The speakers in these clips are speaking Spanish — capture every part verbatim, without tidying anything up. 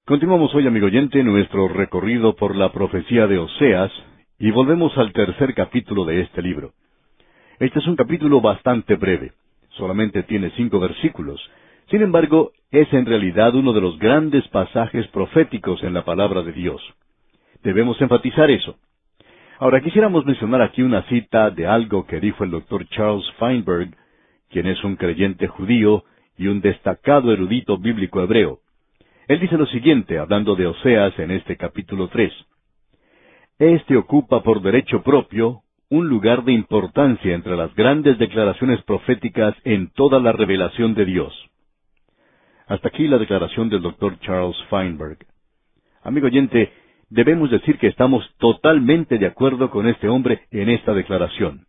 Continuamos hoy, amigo oyente, nuestro recorrido por la profecía de Oseas, y volvemos al tercer capítulo de este libro. Este es un capítulo bastante breve, solamente tiene cinco versículos. Sin embargo, es en realidad uno de los grandes pasajes proféticos en la palabra de Dios. Debemos enfatizar eso. Ahora, quisiéramos mencionar aquí una cita de algo que dijo el doctor Charles Feinberg, quien es un creyente judío y un destacado erudito bíblico hebreo. Él dice lo siguiente, hablando de Oseas en este capítulo tres. Este ocupa por derecho propio un lugar de importancia entre las grandes declaraciones proféticas en toda la revelación de Dios. Hasta aquí la declaración del doctor Charles Feinberg. Amigo oyente, debemos decir que estamos totalmente de acuerdo con este hombre en esta declaración.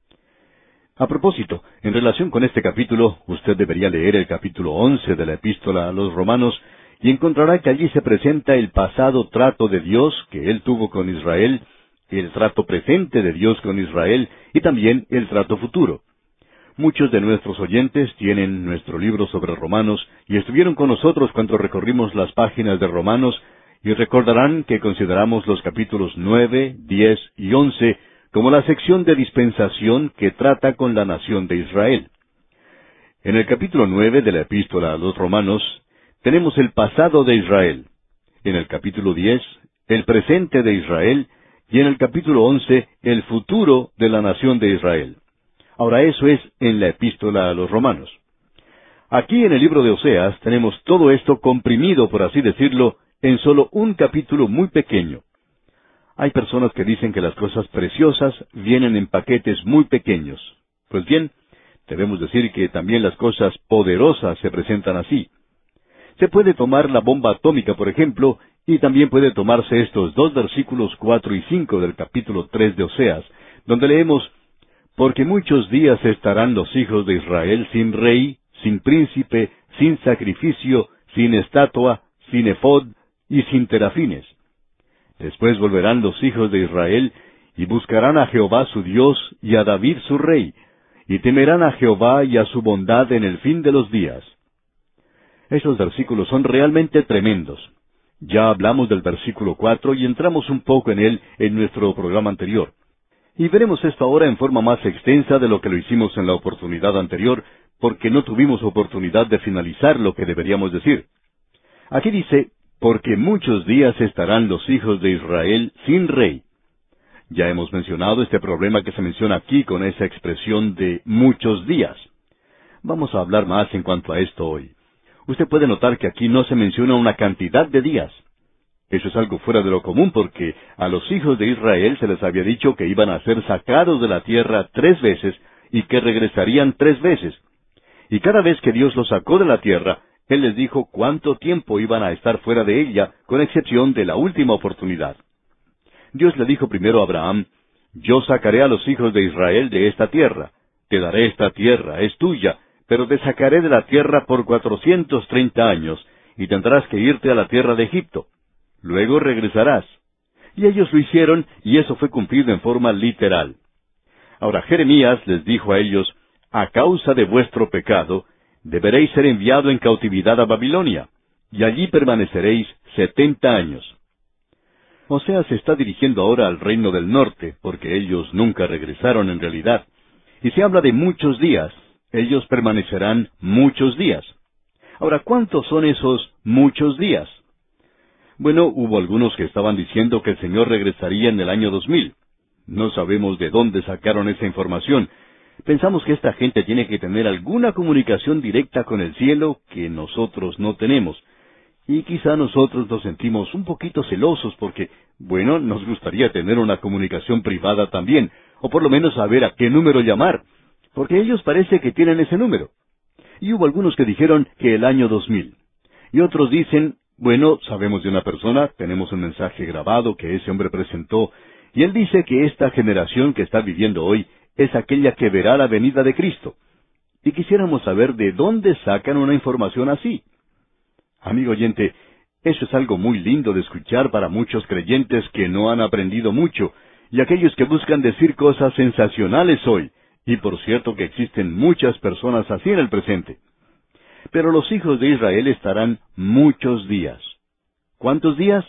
A propósito, en relación con este capítulo, usted debería leer el capítulo once de la Epístola a los Romanos, y encontrará que allí se presenta el pasado trato de Dios que Él tuvo con Israel, el trato presente de Dios con Israel, y también el trato futuro. Muchos de nuestros oyentes tienen nuestro libro sobre Romanos, y estuvieron con nosotros cuando recorrimos las páginas de Romanos, y recordarán que consideramos los capítulos nueve, diez y once como la sección de dispensación que trata con la nación de Israel. En el capítulo nueve de la Epístola a los Romanos, tenemos el pasado de Israel. En el capítulo diez, el presente de Israel, y en el capítulo once, el futuro de la nación de Israel. Ahora, eso es en la Epístola a los Romanos. Aquí en el libro de Oseas tenemos todo esto comprimido, por así decirlo, en solo un capítulo muy pequeño. Hay personas que dicen que las cosas preciosas vienen en paquetes muy pequeños. Pues bien, debemos decir que también las cosas poderosas se presentan así. Se puede tomar la bomba atómica, por ejemplo, y también puede tomarse estos dos versículos cuatro y cinco del capítulo tres de Oseas, donde leemos, «Porque muchos días estarán los hijos de Israel sin rey, sin príncipe, sin sacrificio, sin estatua, sin efod y sin terafines. Después volverán los hijos de Israel y buscarán a Jehová su Dios y a David su rey, y temerán a Jehová y a su bondad en el fin de los días». Esos versículos son realmente tremendos. Ya hablamos del versículo cuatro y entramos un poco en él en nuestro programa anterior. Y veremos esto ahora en forma más extensa de lo que lo hicimos en la oportunidad anterior, porque no tuvimos oportunidad de finalizar lo que deberíamos decir. Aquí dice, «Porque muchos días estarán los hijos de Israel sin rey». Ya hemos mencionado este problema que se menciona aquí con esa expresión de muchos días. Vamos a hablar más en cuanto a esto hoy. Usted puede notar que aquí no se menciona una cantidad de días. Eso es algo fuera de lo común porque a los hijos de Israel se les había dicho que iban a ser sacados de la tierra tres veces y que regresarían tres veces. Y cada vez que Dios los sacó de la tierra, Él les dijo cuánto tiempo iban a estar fuera de ella, con excepción de la última oportunidad. Dios le dijo primero a Abraham, «Yo sacaré a los hijos de Israel de esta tierra. Te daré esta tierra, es tuya, pero te sacaré de la tierra por cuatrocientos treinta años, y tendrás que irte a la tierra de Egipto. Luego regresarás». Y ellos lo hicieron, y eso fue cumplido en forma literal. Ahora Jeremías les dijo a ellos, «A causa de vuestro pecado, deberéis ser enviado en cautividad a Babilonia, y allí permaneceréis setenta años». O sea, se está dirigiendo ahora al reino del norte, porque ellos nunca regresaron en realidad. Y se habla de muchos días. Ellos permanecerán muchos días. Ahora, ¿cuántos son esos muchos días? Bueno, hubo algunos que estaban diciendo que el Señor regresaría en el año dos mil. No sabemos de dónde sacaron esa información. Pensamos que esta gente tiene que tener alguna comunicación directa con el cielo que nosotros no tenemos. Y quizá nosotros nos sentimos un poquito celosos porque, bueno, nos gustaría tener una comunicación privada también, o por lo menos saber a qué número llamar, porque ellos parece que tienen ese número. Y hubo algunos que dijeron que el año dos mil. Y otros dicen, bueno, sabemos de una persona, tenemos un mensaje grabado que ese hombre presentó, y él dice que esta generación que está viviendo hoy es aquella que verá la venida de Cristo. Y quisiéramos saber de dónde sacan una información así. Amigo oyente, eso es algo muy lindo de escuchar para muchos creyentes que no han aprendido mucho, y aquellos que buscan decir cosas sensacionales hoy. Y por cierto que existen muchas personas así en el presente. Pero los hijos de Israel estarán muchos días. ¿Cuántos días?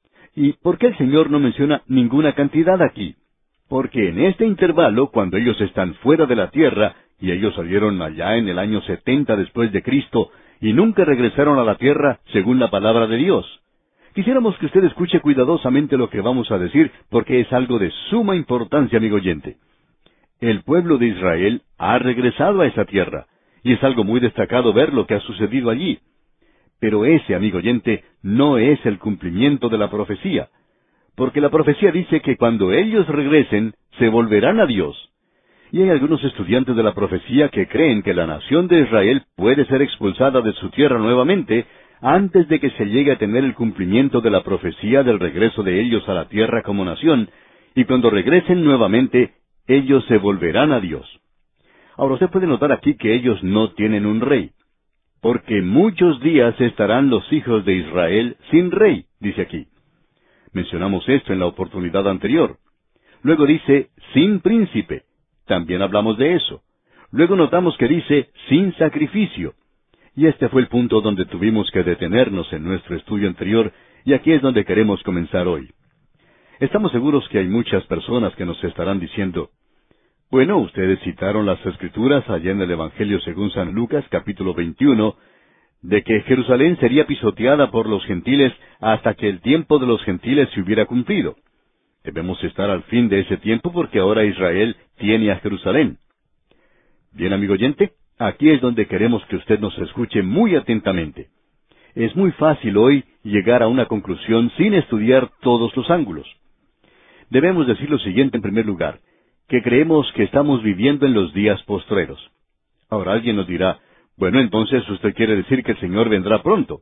¿Y por qué el Señor no menciona ninguna cantidad aquí? Porque en este intervalo, cuando ellos están fuera de la tierra, y ellos salieron allá en el año setenta después de Cristo, y nunca regresaron a la tierra según la palabra de Dios. Quisiéramos que usted escuche cuidadosamente lo que vamos a decir, porque es algo de suma importancia, amigo oyente. El pueblo de Israel ha regresado a esa tierra, y es algo muy destacado ver lo que ha sucedido allí. Pero ese, amigo oyente, no es el cumplimiento de la profecía, porque la profecía dice que cuando ellos regresen, se volverán a Dios. Y hay algunos estudiantes de la profecía que creen que la nación de Israel puede ser expulsada de su tierra nuevamente antes de que se llegue a tener el cumplimiento de la profecía del regreso de ellos a la tierra como nación, y cuando regresen nuevamente, ellos se volverán a Dios. Ahora usted puede notar aquí que ellos no tienen un rey, porque muchos días estarán los hijos de Israel sin rey, dice aquí. Mencionamos esto en la oportunidad anterior. Luego dice, sin príncipe. También hablamos de eso. Luego notamos que dice, sin sacrificio. Y este fue el punto donde tuvimos que detenernos en nuestro estudio anterior, y aquí es donde queremos comenzar hoy. Estamos seguros que hay muchas personas que nos estarán diciendo, bueno, ustedes citaron las Escrituras allá en el Evangelio según San Lucas, capítulo veintiuno, de que Jerusalén sería pisoteada por los gentiles hasta que el tiempo de los gentiles se hubiera cumplido. Debemos estar al fin de ese tiempo porque ahora Israel tiene a Jerusalén. Bien, amigo oyente, aquí es donde queremos que usted nos escuche muy atentamente. Es muy fácil hoy llegar a una conclusión sin estudiar todos los ángulos. Debemos decir lo siguiente en primer lugar, que creemos que estamos viviendo en los días postreros. Ahora alguien nos dirá, bueno, entonces usted quiere decir que el Señor vendrá pronto.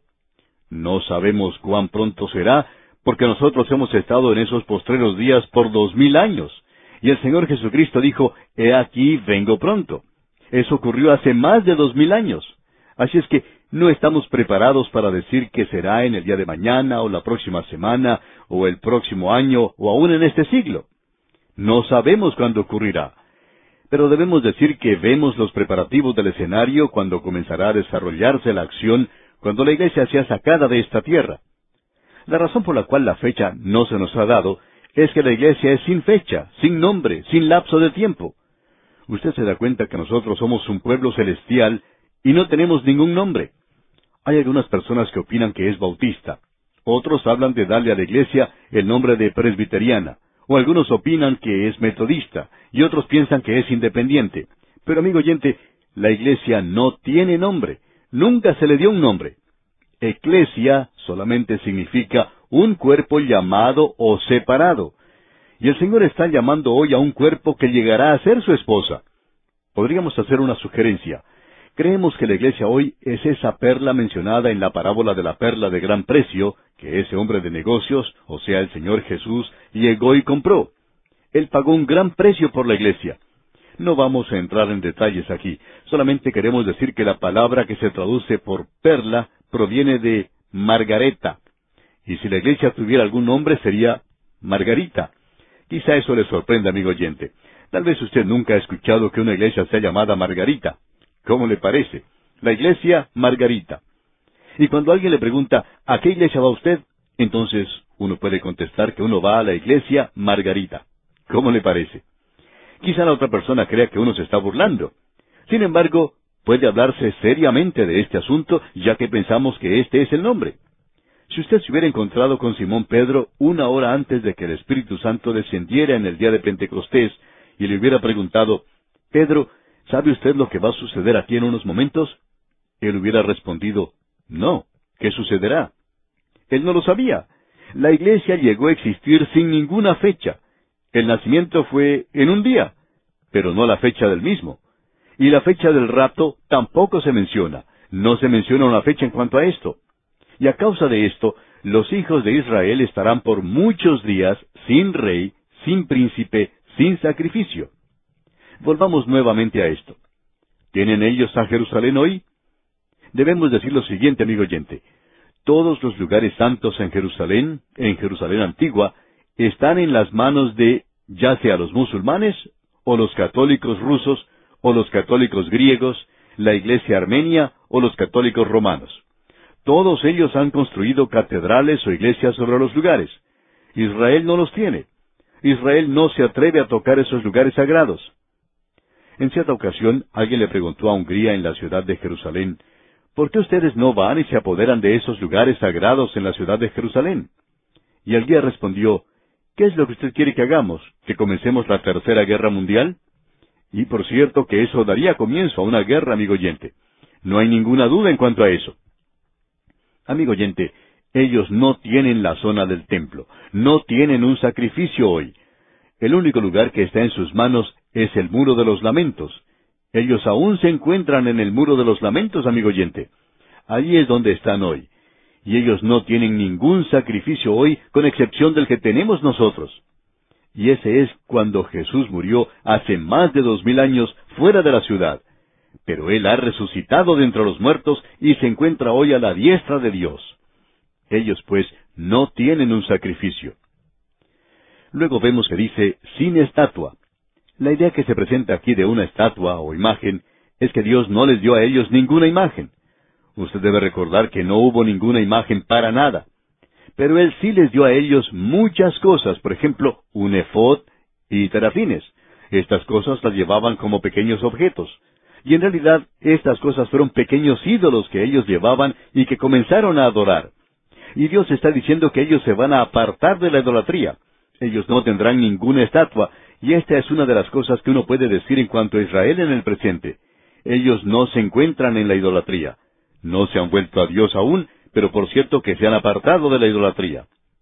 No sabemos cuán pronto será, porque nosotros hemos estado en esos postreros días por dos mil años. Y el Señor Jesucristo dijo, he aquí, vengo pronto. Eso ocurrió hace más de dos mil años. Así es que no estamos preparados para decir que será en el día de mañana, o la próxima semana, o el próximo año, o aún en este siglo. No sabemos cuándo ocurrirá. Pero debemos decir que vemos los preparativos del escenario cuando comenzará a desarrollarse la acción, cuando la iglesia sea sacada de esta tierra. La razón por la cual la fecha no se nos ha dado es que la iglesia es sin fecha, sin nombre, sin lapso de tiempo. Usted se da cuenta que nosotros somos un pueblo celestial y no tenemos ningún nombre. Hay algunas personas que opinan que es bautista. Otros hablan de darle a la iglesia el nombre de presbiteriana. O algunos opinan que es metodista, y otros piensan que es independiente. Pero, amigo oyente, la iglesia no tiene nombre. Nunca se le dio un nombre. Eclesia solamente significa un cuerpo llamado o separado. Y el Señor está llamando hoy a un cuerpo que llegará a ser su esposa. Podríamos hacer una sugerencia. Creemos que la iglesia hoy es esa perla mencionada en la parábola de la perla de gran precio, que ese hombre de negocios, o sea el Señor Jesús, llegó y compró. Él pagó un gran precio por la iglesia. No vamos a entrar en detalles aquí, solamente queremos decir que la palabra que se traduce por perla proviene de Margareta. Y si la iglesia tuviera algún nombre sería Margarita. Quizá eso le sorprenda, amigo oyente. Tal vez usted nunca ha escuchado que una iglesia sea llamada Margarita. ¿Cómo le parece? La iglesia Margarita. Y cuando alguien le pregunta, ¿a qué iglesia va usted? Entonces uno puede contestar que uno va a la iglesia Margarita. ¿Cómo le parece? Quizá la otra persona crea que uno se está burlando. Sin embargo, puede hablarse seriamente de este asunto, ya que pensamos que este es el nombre. Si usted se hubiera encontrado con Simón Pedro una hora antes de que el Espíritu Santo descendiera en el día de Pentecostés, y le hubiera preguntado, Pedro, ¿sabe usted lo que va a suceder aquí en unos momentos? Él hubiera respondido, no, ¿qué sucederá? Él no lo sabía. La iglesia llegó a existir sin ninguna fecha. El nacimiento fue en un día, pero no la fecha del mismo. Y la fecha del rapto tampoco se menciona. No se menciona una fecha en cuanto a esto. Y a causa de esto, los hijos de Israel estarán por muchos días sin rey, sin príncipe, sin sacrificio. Volvamos nuevamente a esto. ¿Tienen ellos a Jerusalén hoy? Debemos decir lo siguiente, amigo oyente. Todos los lugares santos en Jerusalén, en Jerusalén antigua, están en las manos de, ya sea los musulmanes, o los católicos rusos, o los católicos griegos, la iglesia armenia, o los católicos romanos. Todos ellos han construido catedrales o iglesias sobre los lugares. Israel no los tiene. Israel no se atreve a tocar esos lugares sagrados. En cierta ocasión, alguien le preguntó a Hungría en la ciudad de Jerusalén, ¿por qué ustedes no van y se apoderan de esos lugares sagrados en la ciudad de Jerusalén? Y el guía respondió, ¿qué es lo que usted quiere que hagamos? ¿Que comencemos la Tercera Guerra Mundial? Y por cierto que eso daría comienzo a una guerra, amigo oyente. No hay ninguna duda en cuanto a eso. Amigo oyente, ellos no tienen la zona del templo, no tienen un sacrificio hoy. El único lugar que está en sus manos es el Muro de los Lamentos. Ellos aún se encuentran en el Muro de los Lamentos, amigo oyente. Allí es donde están hoy. Y ellos no tienen ningún sacrificio hoy, con excepción del que tenemos nosotros. Y ese es cuando Jesús murió hace más de dos mil años fuera de la ciudad. Pero Él ha resucitado de entre los muertos y se encuentra hoy a la diestra de Dios. Ellos, pues, no tienen un sacrificio. Luego vemos que dice, sin estatua. La idea que se presenta aquí de una estatua o imagen es que Dios no les dio a ellos ninguna imagen. Usted debe recordar que no hubo ninguna imagen para nada. Pero Él sí les dio a ellos muchas cosas, por ejemplo, un efod y terafines. Estas cosas las llevaban como pequeños objetos. Y en realidad, estas cosas fueron pequeños ídolos que ellos llevaban y que comenzaron a adorar. Y Dios está diciendo que ellos se van a apartar de la idolatría. Ellos no tendrán ninguna estatua, y esta es una de las cosas que uno puede decir en cuanto a Israel en el presente. Ellos no se encuentran en la idolatría. No se han vuelto a Dios aún, pero por cierto que se han apartado de la idolatría.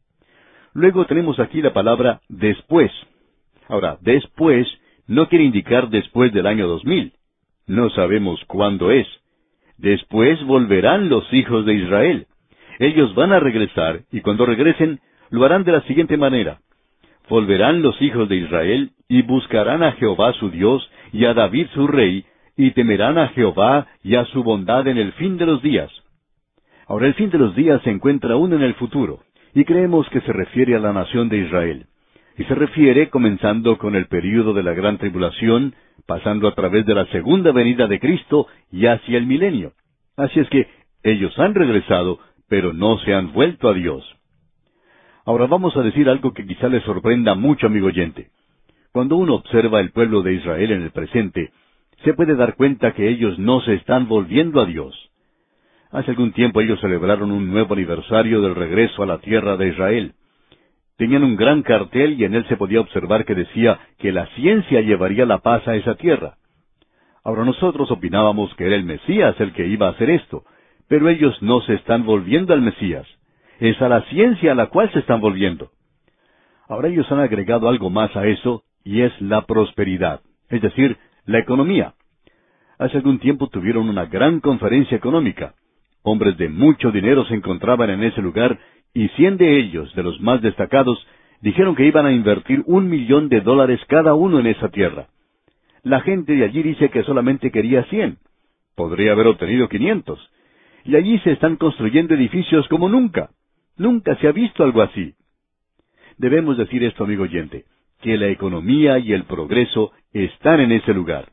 Luego tenemos aquí la palabra después. Ahora, después no quiere indicar después del año dos mil. No sabemos cuándo es. Después volverán los hijos de Israel. Ellos van a regresar, y cuando regresen, lo harán de la siguiente manera. Volverán los hijos de Israel, y buscarán a Jehová su Dios, y a David su rey, y temerán a Jehová y a su bondad en el fin de los días. Ahora el fin de los días se encuentra aún en el futuro, y creemos que se refiere a la nación de Israel. Y se refiere comenzando con el período de la gran tribulación, pasando a través de la segunda venida de Cristo y hacia el milenio. Así es que ellos han regresado, pero no se han vuelto a Dios. Ahora vamos a decir algo que quizá les sorprenda mucho, amigo oyente. Cuando uno observa el pueblo de Israel en el presente, se puede dar cuenta que ellos no se están volviendo a Dios. Hace algún tiempo ellos celebraron un nuevo aniversario del regreso a la tierra de Israel. Tenían un gran cartel y en él se podía observar que decía que la ciencia llevaría la paz a esa tierra. Ahora nosotros opinábamos que era el Mesías el que iba a hacer esto, pero ellos no se están volviendo al Mesías. Es a la ciencia a la cual se están volviendo. Ahora ellos han agregado algo más a eso, y es la prosperidad, es decir, la economía. Hace algún tiempo tuvieron una gran conferencia económica. Hombres de mucho dinero se encontraban en ese lugar, y cien de ellos, de los más destacados, dijeron que iban a invertir un millón de dólares cada uno en esa tierra. La gente de allí dice que solamente quería cien. Podría haber obtenido quinientos. Y allí se están construyendo edificios como nunca. Nunca se ha visto algo así. Debemos decir esto, amigo oyente, que la economía y el progreso están en ese lugar.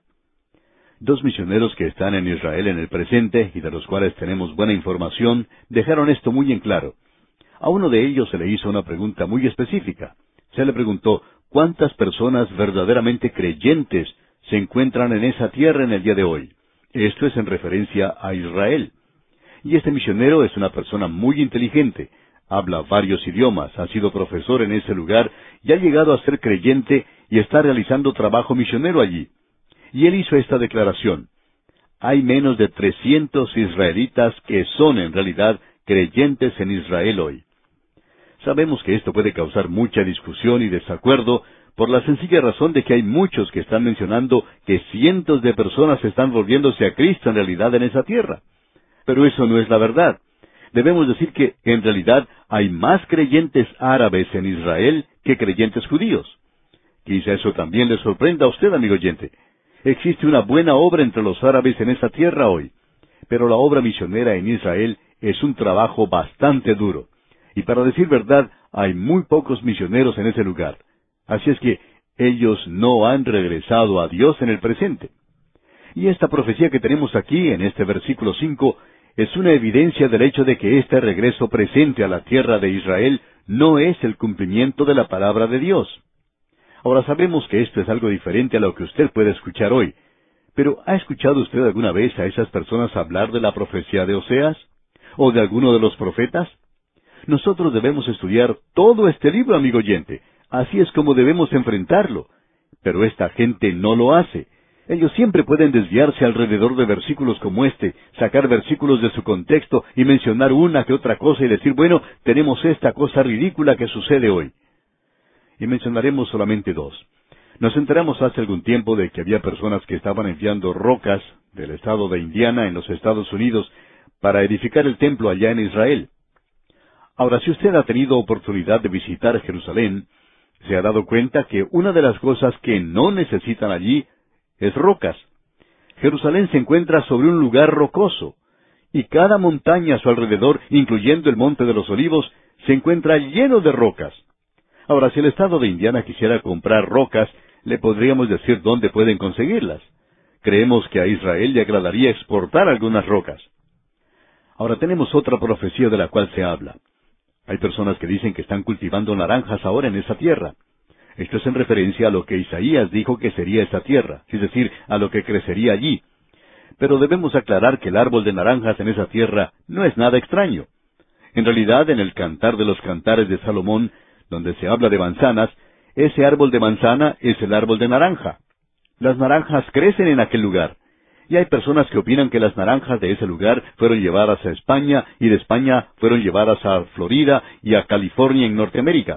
Dos misioneros que están en Israel en el presente y de los cuales tenemos buena información, dejaron esto muy en claro. A uno de ellos se le hizo una pregunta muy específica. Se le preguntó, ¿cuántas personas verdaderamente creyentes se encuentran en esa tierra en el día de hoy? Esto es en referencia a Israel. Y este misionero es una persona muy inteligente. Habla varios idiomas, ha sido profesor en ese lugar y ha llegado a ser creyente y está realizando trabajo misionero allí. Y él hizo esta declaración. Hay menos de trescientos israelitas que son en realidad creyentes en Israel hoy. Sabemos que esto puede causar mucha discusión y desacuerdo por la sencilla razón de que hay muchos que están mencionando que cientos de personas están volviéndose a Cristo en realidad en esa tierra. Pero eso no es la verdad. Debemos decir que, en realidad, hay más creyentes árabes en Israel que creyentes judíos. Quizá eso también le sorprenda a usted, amigo oyente. Existe una buena obra entre los árabes en esa tierra hoy, pero la obra misionera en Israel es un trabajo bastante duro. Y para decir verdad, hay muy pocos misioneros en ese lugar. Así es que ellos no han regresado a Dios en el presente. Y esta profecía que tenemos aquí, en este versículo cinco, es una evidencia del hecho de que este regreso presente a la tierra de Israel no es el cumplimiento de la palabra de Dios. Ahora sabemos que esto es algo diferente a lo que usted puede escuchar hoy. Pero ¿ha escuchado usted alguna vez a esas personas hablar de la profecía de Oseas? ¿O de alguno de los profetas? Nosotros debemos estudiar todo este libro, amigo oyente. Así es como debemos enfrentarlo. Pero esta gente no lo hace. Ellos siempre pueden desviarse alrededor de versículos como este, sacar versículos de su contexto y mencionar una que otra cosa y decir, bueno, tenemos esta cosa ridícula que sucede hoy. Y mencionaremos solamente dos. Nos enteramos hace algún tiempo de que había personas que estaban enviando rocas del estado de Indiana en los Estados Unidos para edificar el templo allá en Israel. Ahora, si usted ha tenido oportunidad de visitar Jerusalén, se ha dado cuenta que una de las cosas que no necesitan allí es rocas. Jerusalén se encuentra sobre un lugar rocoso, y cada montaña a su alrededor, incluyendo el Monte de los Olivos, se encuentra lleno de rocas. Ahora, si el estado de Indiana quisiera comprar rocas, le podríamos decir dónde pueden conseguirlas. Creemos que a Israel le agradaría exportar algunas rocas. Ahora tenemos otra profecía de la cual se habla. Hay personas que dicen que están cultivando naranjas ahora en esa tierra. Esto es en referencia a lo que Isaías dijo que sería esa tierra, es decir, a lo que crecería allí. Pero debemos aclarar que el árbol de naranjas en esa tierra no es nada extraño. En realidad, en el Cantar de los Cantares de Salomón, donde se habla de manzanas, ese árbol de manzana es el árbol de naranja. Las naranjas crecen en aquel lugar. Y hay personas que opinan que las naranjas de ese lugar fueron llevadas a España y de España fueron llevadas a Florida y a California en Norteamérica.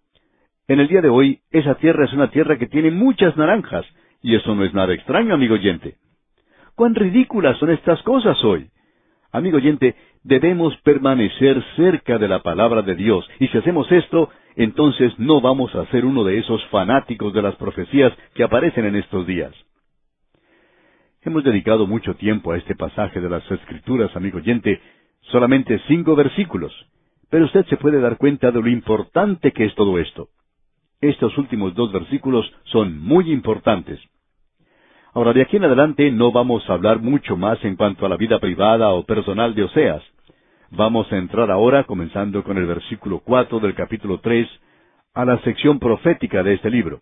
En el día de hoy, esa tierra es una tierra que tiene muchas naranjas, y eso no es nada extraño, amigo oyente. ¡Cuán ridículas son estas cosas hoy! Amigo oyente, debemos permanecer cerca de la palabra de Dios, y si hacemos esto, entonces no vamos a ser uno de esos fanáticos de las profecías que aparecen en estos días. Hemos dedicado mucho tiempo a este pasaje de las Escrituras, amigo oyente, solamente cinco versículos, pero usted se puede dar cuenta de lo importante que es todo esto. Estos últimos dos versículos son muy importantes. Ahora, de aquí en adelante no vamos a hablar mucho más en cuanto a la vida privada o personal de Oseas. Vamos a entrar ahora, comenzando con el versículo cuatro del capítulo tres, a la sección profética de este libro.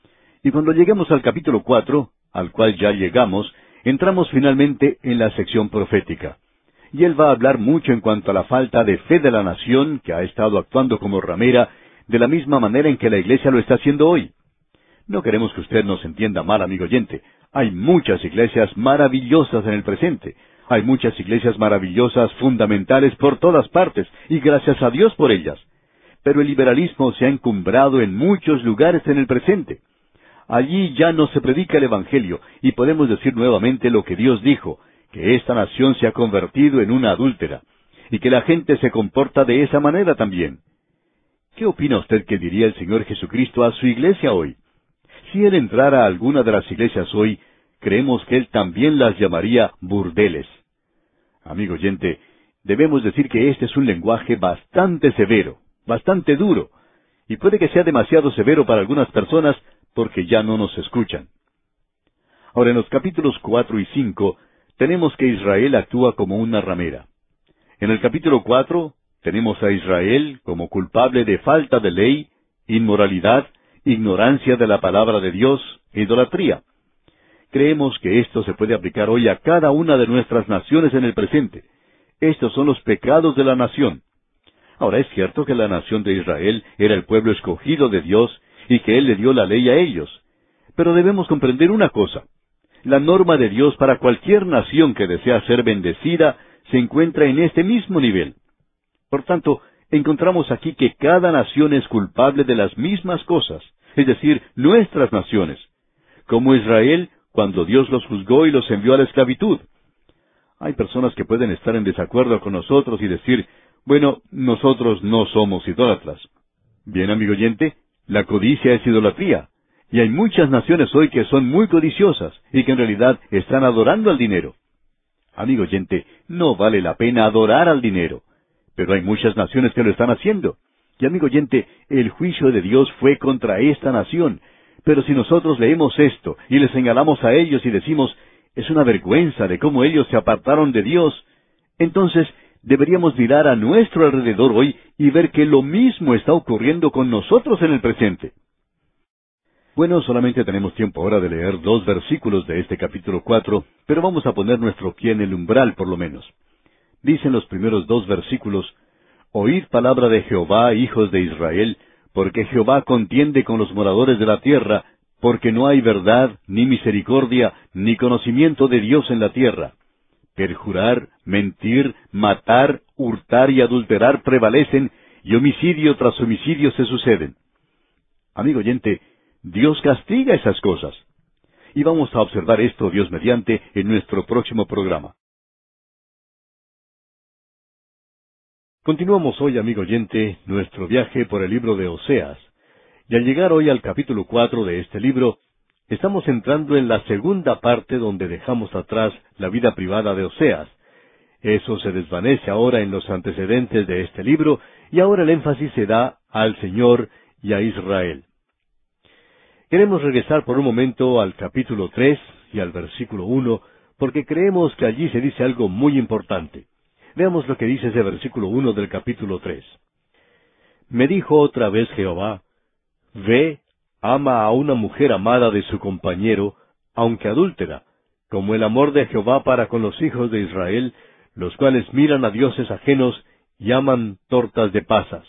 Y cuando lleguemos al capítulo cuatro, al cual ya llegamos, entramos finalmente en la sección profética. Y él va a hablar mucho en cuanto a la falta de fe de la nación, que ha estado actuando como ramera, de la misma manera en que la iglesia lo está haciendo hoy. No queremos que usted nos entienda mal, amigo oyente. Hay muchas iglesias maravillosas en el presente. Hay muchas iglesias maravillosas, fundamentales por todas partes, y gracias a Dios por ellas. Pero el liberalismo se ha encumbrado en muchos lugares en el presente. Allí ya no se predica el Evangelio, y podemos decir nuevamente lo que Dios dijo, que esta nación se ha convertido en una adúltera, y que la gente se comporta de esa manera también. ¿Qué opina usted que diría el Señor Jesucristo a su iglesia hoy? Si Él entrara a alguna de las iglesias hoy, creemos que Él también las llamaría burdeles. Amigo oyente, debemos decir que este es un lenguaje bastante severo, bastante duro, y puede que sea demasiado severo para algunas personas porque ya no nos escuchan. Ahora, en los capítulos cuatro y cinco, tenemos que Israel actúa como una ramera. En el capítulo cuatro, tenemos a Israel como culpable de falta de ley, inmoralidad, ignorancia de la palabra de Dios e idolatría. Creemos que esto se puede aplicar hoy a cada una de nuestras naciones en el presente. Estos son los pecados de la nación. Ahora, es cierto que la nación de Israel era el pueblo escogido de Dios y que Él le dio la ley a ellos. Pero debemos comprender una cosa. La norma de Dios para cualquier nación que desea ser bendecida se encuentra en este mismo nivel. Por tanto, encontramos aquí que cada nación es culpable de las mismas cosas, es decir, nuestras naciones. Como Israel, cuando Dios los juzgó y los envió a la esclavitud. Hay personas que pueden estar en desacuerdo con nosotros y decir, bueno, nosotros no somos idólatras. Bien, amigo oyente, la codicia es idolatría. Y hay muchas naciones hoy que son muy codiciosas y que en realidad están adorando al dinero. Amigo oyente, no vale la pena adorar al dinero. Pero hay muchas naciones que lo están haciendo. Y amigo oyente, el juicio de Dios fue contra esta nación. Pero si nosotros leemos esto y le señalamos a ellos y decimos, es una vergüenza de cómo ellos se apartaron de Dios, Entonces, deberíamos mirar a nuestro alrededor hoy y ver que lo mismo está ocurriendo con nosotros en el presente. Bueno, solamente tenemos tiempo ahora de leer dos versículos de este capítulo cuatro, pero vamos a poner nuestro pie en el umbral por lo menos. Dicen los primeros dos versículos: Oíd palabra de Jehová, hijos de Israel, porque Jehová contiende con los moradores de la tierra, porque no hay verdad, ni misericordia, ni conocimiento de Dios en la tierra. Perjurar, mentir, matar, hurtar y adulterar prevalecen, y homicidio tras homicidio se suceden. Amigo oyente, Dios castiga esas cosas. Y vamos a observar esto, Dios mediante, en nuestro próximo programa. Continuamos hoy, amigo oyente, nuestro viaje por el libro de Oseas. Y al llegar hoy al capítulo cuatro de este libro, estamos entrando en la segunda parte donde dejamos atrás la vida privada de Oseas. Eso se desvanece ahora en los antecedentes de este libro, y ahora el énfasis se da al Señor y a Israel. Queremos regresar por un momento al capítulo tres y al versículo uno, porque creemos que allí se dice algo muy importante. Veamos lo que dice ese versículo uno del capítulo tres. Me dijo otra vez Jehová: Ve, ama a una mujer amada de su compañero, aunque adúltera, como el amor de Jehová para con los hijos de Israel, los cuales miran a dioses ajenos y aman tortas de pasas.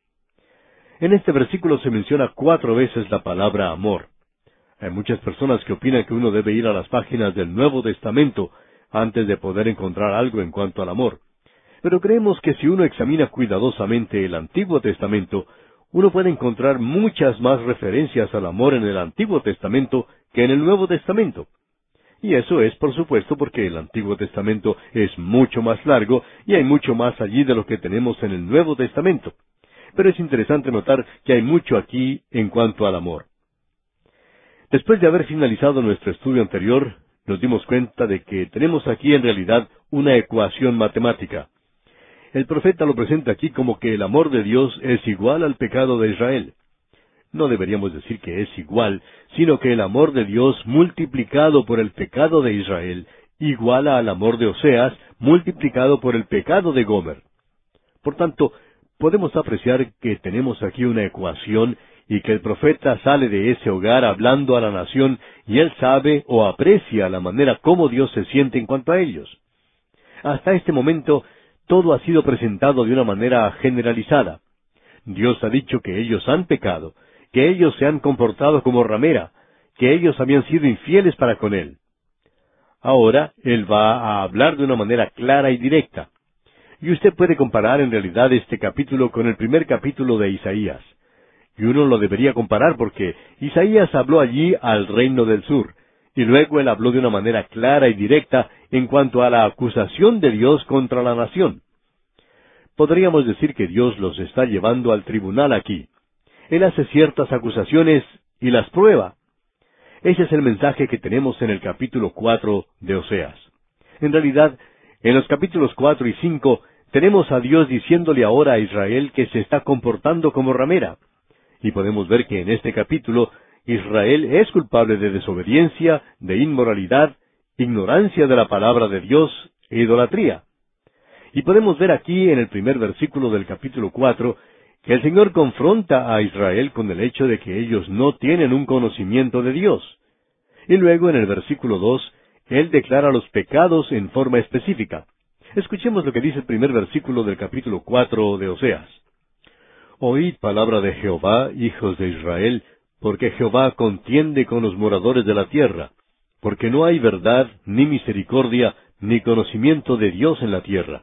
En este versículo se menciona cuatro veces la palabra amor. Hay muchas personas que opinan que uno debe ir a las páginas del Nuevo Testamento antes de poder encontrar algo en cuanto al amor. Pero creemos que si uno examina cuidadosamente el Antiguo Testamento, uno puede encontrar muchas más referencias al amor en el Antiguo Testamento que en el Nuevo Testamento. Y eso es, por supuesto, porque el Antiguo Testamento es mucho más largo y hay mucho más allí de lo que tenemos en el Nuevo Testamento. Pero es interesante notar que hay mucho aquí en cuanto al amor. Después de haber finalizado nuestro estudio anterior, nos dimos cuenta de que tenemos aquí en realidad una ecuación matemática. El profeta lo presenta aquí como que el amor de Dios es igual al pecado de Israel. No deberíamos decir que es igual, sino que el amor de Dios multiplicado por el pecado de Israel iguala al amor de Oseas multiplicado por el pecado de Gomer. Por tanto, podemos apreciar que tenemos aquí una ecuación y que el profeta sale de ese hogar hablando a la nación y él sabe o aprecia la manera como Dios se siente en cuanto a ellos. Hasta este momento, todo ha sido presentado de una manera generalizada. Dios ha dicho que ellos han pecado, que ellos se han comportado como ramera, que ellos habían sido infieles para con Él. Ahora, Él va a hablar de una manera clara y directa. Y usted puede comparar en realidad este capítulo con el primer capítulo de Isaías. Y uno lo debería comparar porque Isaías habló allí al reino del sur, y luego él habló de una manera clara y directa en cuanto a la acusación de Dios contra la nación. Podríamos decir que Dios los está llevando al tribunal aquí. Él hace ciertas acusaciones y las prueba. Ese es el mensaje que tenemos en el capítulo cuatro de Oseas. En realidad, en los capítulos cuatro y cinco tenemos a Dios diciéndole ahora a Israel que se está comportando como ramera. Y podemos ver que en este capítulo Israel es culpable de desobediencia, de inmoralidad, ignorancia de la palabra de Dios e idolatría. Y podemos ver aquí en el primer versículo del capítulo cuatro que el Señor confronta a Israel con el hecho de que ellos no tienen un conocimiento de Dios. Y luego en el versículo dos, Él declara los pecados en forma específica. Escuchemos lo que dice el primer versículo del capítulo cuatro de Oseas. Oíd palabra de Jehová, hijos de Israel, porque Jehová contiende con los moradores de la tierra, porque no hay verdad, ni misericordia, ni conocimiento de Dios en la tierra.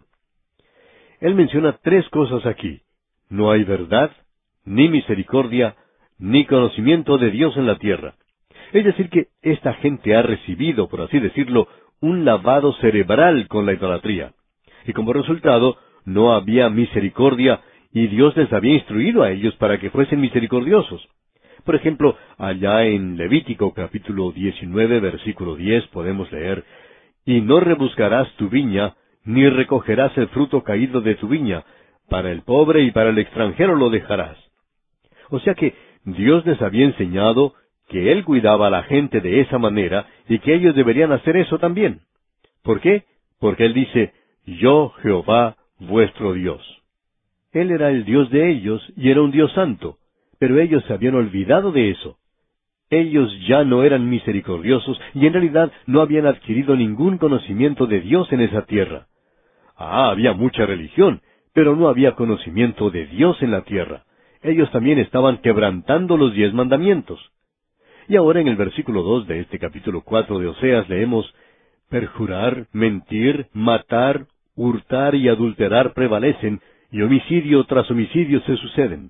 Él menciona tres cosas aquí. No hay verdad, ni misericordia, ni conocimiento de Dios en la tierra. Es decir que esta gente ha recibido, por así decirlo, un lavado cerebral con la idolatría. Y como resultado, no había misericordia, y Dios les había instruido a ellos para que fuesen misericordiosos. Por ejemplo, allá en Levítico capítulo diecinueve, versículo diez, podemos leer, «Y no rebuscarás tu viña, ni recogerás el fruto caído de tu viña, para el pobre y para el extranjero lo dejarás». O sea que Dios les había enseñado que Él cuidaba a la gente de esa manera y que ellos deberían hacer eso también. ¿Por qué? Porque Él dice, yo Jehová vuestro Dios. Él era el Dios de ellos y era un Dios santo, pero ellos se habían olvidado de eso. Ellos ya no eran misericordiosos y en realidad no habían adquirido ningún conocimiento de Dios en esa tierra. Ah, había mucha religión, pero no había conocimiento de Dios en la tierra. Ellos también estaban quebrantando los diez mandamientos. Y ahora en el versículo dos de este capítulo cuatro de Oseas leemos, perjurar, mentir, matar, hurtar y adulterar prevalecen, y homicidio tras homicidio se suceden.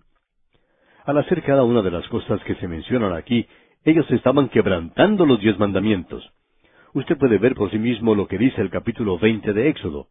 Al hacer cada una de las cosas que se mencionan aquí, ellos estaban quebrantando los diez mandamientos. Usted puede ver por sí mismo lo que dice el capítulo veinte de Éxodo.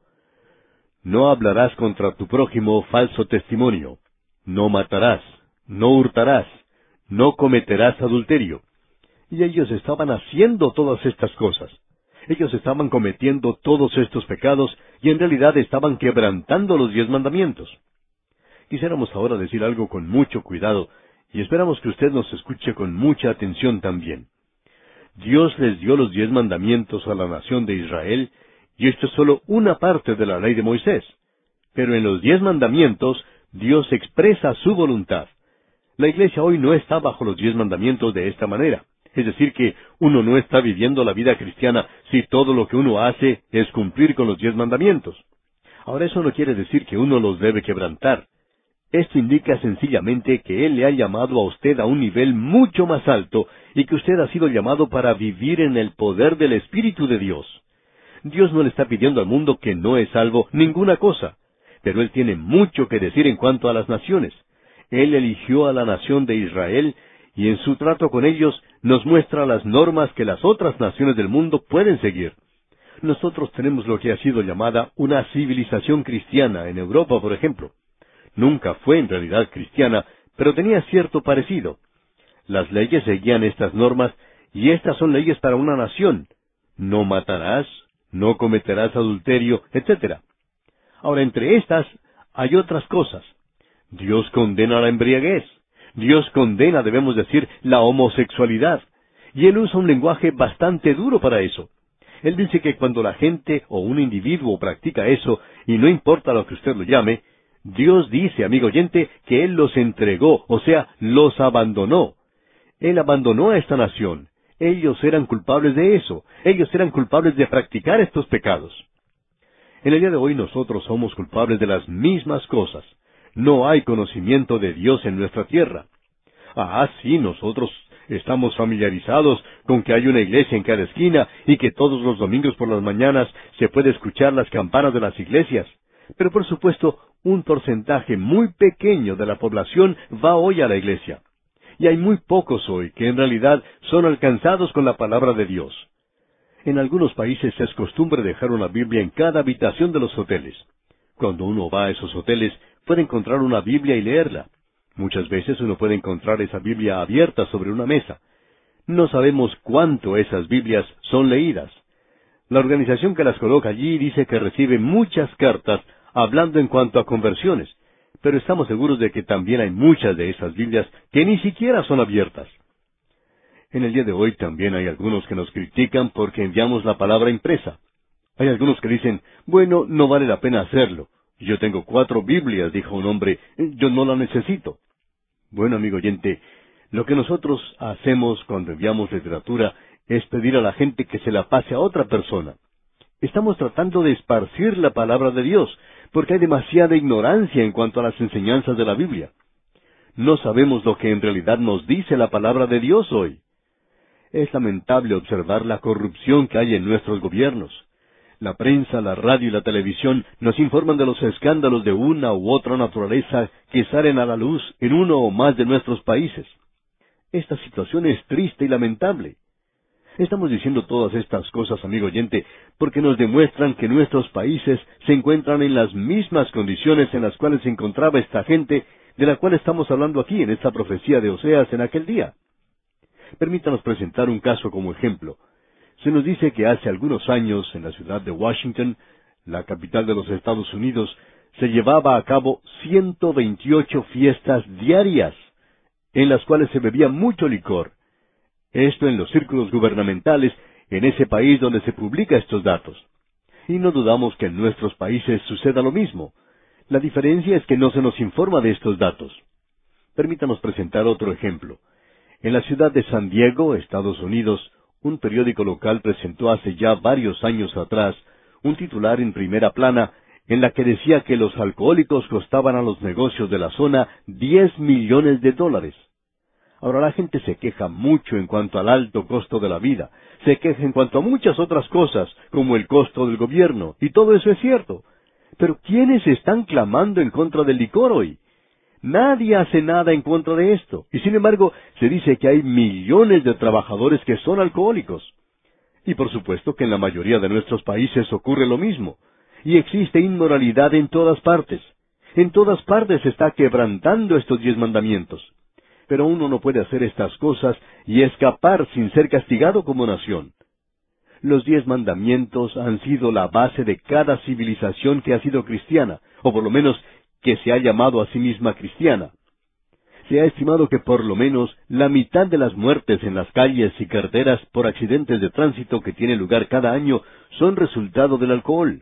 No hablarás contra tu prójimo falso testimonio. No matarás. No hurtarás. No cometerás adulterio. Y ellos estaban haciendo todas estas cosas. Ellos estaban cometiendo todos estos pecados y en realidad estaban quebrantando los diez mandamientos. Quisiéramos ahora decir algo con mucho cuidado y esperamos que usted nos escuche con mucha atención también. Dios les dio los diez mandamientos a la nación de Israel y esto es solo una parte de la ley de Moisés. Pero en los diez mandamientos Dios expresa su voluntad. La iglesia hoy no está bajo los diez mandamientos de esta manera. Es decir, que uno no está viviendo la vida cristiana si todo lo que uno hace es cumplir con los diez mandamientos. Ahora, eso no quiere decir que uno los debe quebrantar. Esto indica sencillamente que Él le ha llamado a usted a un nivel mucho más alto y que usted ha sido llamado para vivir en el poder del Espíritu de Dios. Dios no le está pidiendo al mundo que no es salvo ninguna cosa, pero Él tiene mucho que decir en cuanto a las naciones. Él eligió a la nación de Israel y en su trato con ellos nos muestra las normas que las otras naciones del mundo pueden seguir. Nosotros tenemos lo que ha sido llamada una civilización cristiana en Europa, por ejemplo. Nunca fue en realidad cristiana, pero tenía cierto parecido. Las leyes seguían estas normas y estas son leyes para una nación. No matarás, no cometerás adulterio, etcétera. Ahora, entre estas hay otras cosas. Dios condena la embriaguez. Dios condena, debemos decir, la homosexualidad. Y Él usa un lenguaje bastante duro para eso. Él dice que cuando la gente o un individuo practica eso, y no importa lo que usted lo llame, Dios dice, amigo oyente, que Él los entregó, o sea, los abandonó. Él abandonó a esta nación. Ellos eran culpables de eso. Ellos eran culpables de practicar estos pecados. En el día de hoy nosotros somos culpables de las mismas cosas. No hay conocimiento de Dios en nuestra tierra. Ah, sí, nosotros estamos familiarizados con que hay una iglesia en cada esquina y que todos los domingos por las mañanas se puede escuchar las campanas de las iglesias. Pero por supuesto, un porcentaje muy pequeño de la población va hoy a la iglesia. Y hay muy pocos hoy que en realidad son alcanzados con la palabra de Dios. En algunos países es costumbre dejar una Biblia en cada habitación de los hoteles. Cuando uno va a esos hoteles, puede encontrar una Biblia y leerla. Muchas veces uno puede encontrar esa Biblia abierta sobre una mesa. No sabemos cuánto esas Biblias son leídas. La organización que las coloca allí dice que recibe muchas cartas hablando en cuanto a conversiones, pero estamos seguros de que también hay muchas de esas Biblias que ni siquiera son abiertas. En el día de hoy también hay algunos que nos critican porque enviamos la palabra impresa. Hay algunos que dicen, bueno, no vale la pena hacerlo. Yo tengo cuatro Biblias, dijo un hombre, yo no la necesito. Bueno, amigo oyente, lo que nosotros hacemos cuando enviamos literatura es pedir a la gente que se la pase a otra persona. Estamos tratando de esparcir la palabra de Dios, porque hay demasiada ignorancia en cuanto a las enseñanzas de la Biblia. No sabemos lo que en realidad nos dice la palabra de Dios hoy. Es lamentable observar la corrupción que hay en nuestros gobiernos. La prensa, la radio y la televisión nos informan de los escándalos de una u otra naturaleza que salen a la luz en uno o más de nuestros países. Esta situación es triste y lamentable. Estamos diciendo todas estas cosas, amigo oyente, porque nos demuestran que nuestros países se encuentran en las mismas condiciones en las cuales se encontraba esta gente de la cual estamos hablando aquí en esta profecía de Oseas en aquel día. Permítanos presentar un caso como ejemplo. Se nos dice que hace algunos años, en la ciudad de Washington, la capital de los Estados Unidos, se llevaba a cabo ciento veintiocho fiestas diarias, en las cuales se bebía mucho licor. Esto en los círculos gubernamentales, en ese país donde se publica estos datos. Y no dudamos que en nuestros países suceda lo mismo. La diferencia es que no se nos informa de estos datos. Permítanos presentar otro ejemplo. En la ciudad de San Diego, Estados Unidos, un periódico local presentó hace ya varios años atrás un titular en primera plana en la que decía que los alcohólicos costaban a los negocios de la zona diez millones de dólares. Ahora la gente se queja mucho en cuanto al alto costo de la vida, se queja en cuanto a muchas otras cosas, como el costo del gobierno, y todo eso es cierto. Pero ¿quiénes están clamando en contra del licor hoy? Nadie hace nada en contra de esto, y sin embargo se dice que hay millones de trabajadores que son alcohólicos. Y por supuesto que en la mayoría de nuestros países ocurre lo mismo, y existe inmoralidad en todas partes. En todas partes se está quebrantando estos diez mandamientos. Pero uno no puede hacer estas cosas y escapar sin ser castigado como nación. Los diez mandamientos han sido la base de cada civilización que ha sido cristiana, o por lo menos que se ha llamado a sí misma cristiana. Se ha estimado que por lo menos la mitad de las muertes en las calles y carreteras por accidentes de tránsito que tienen lugar cada año son resultado del alcohol.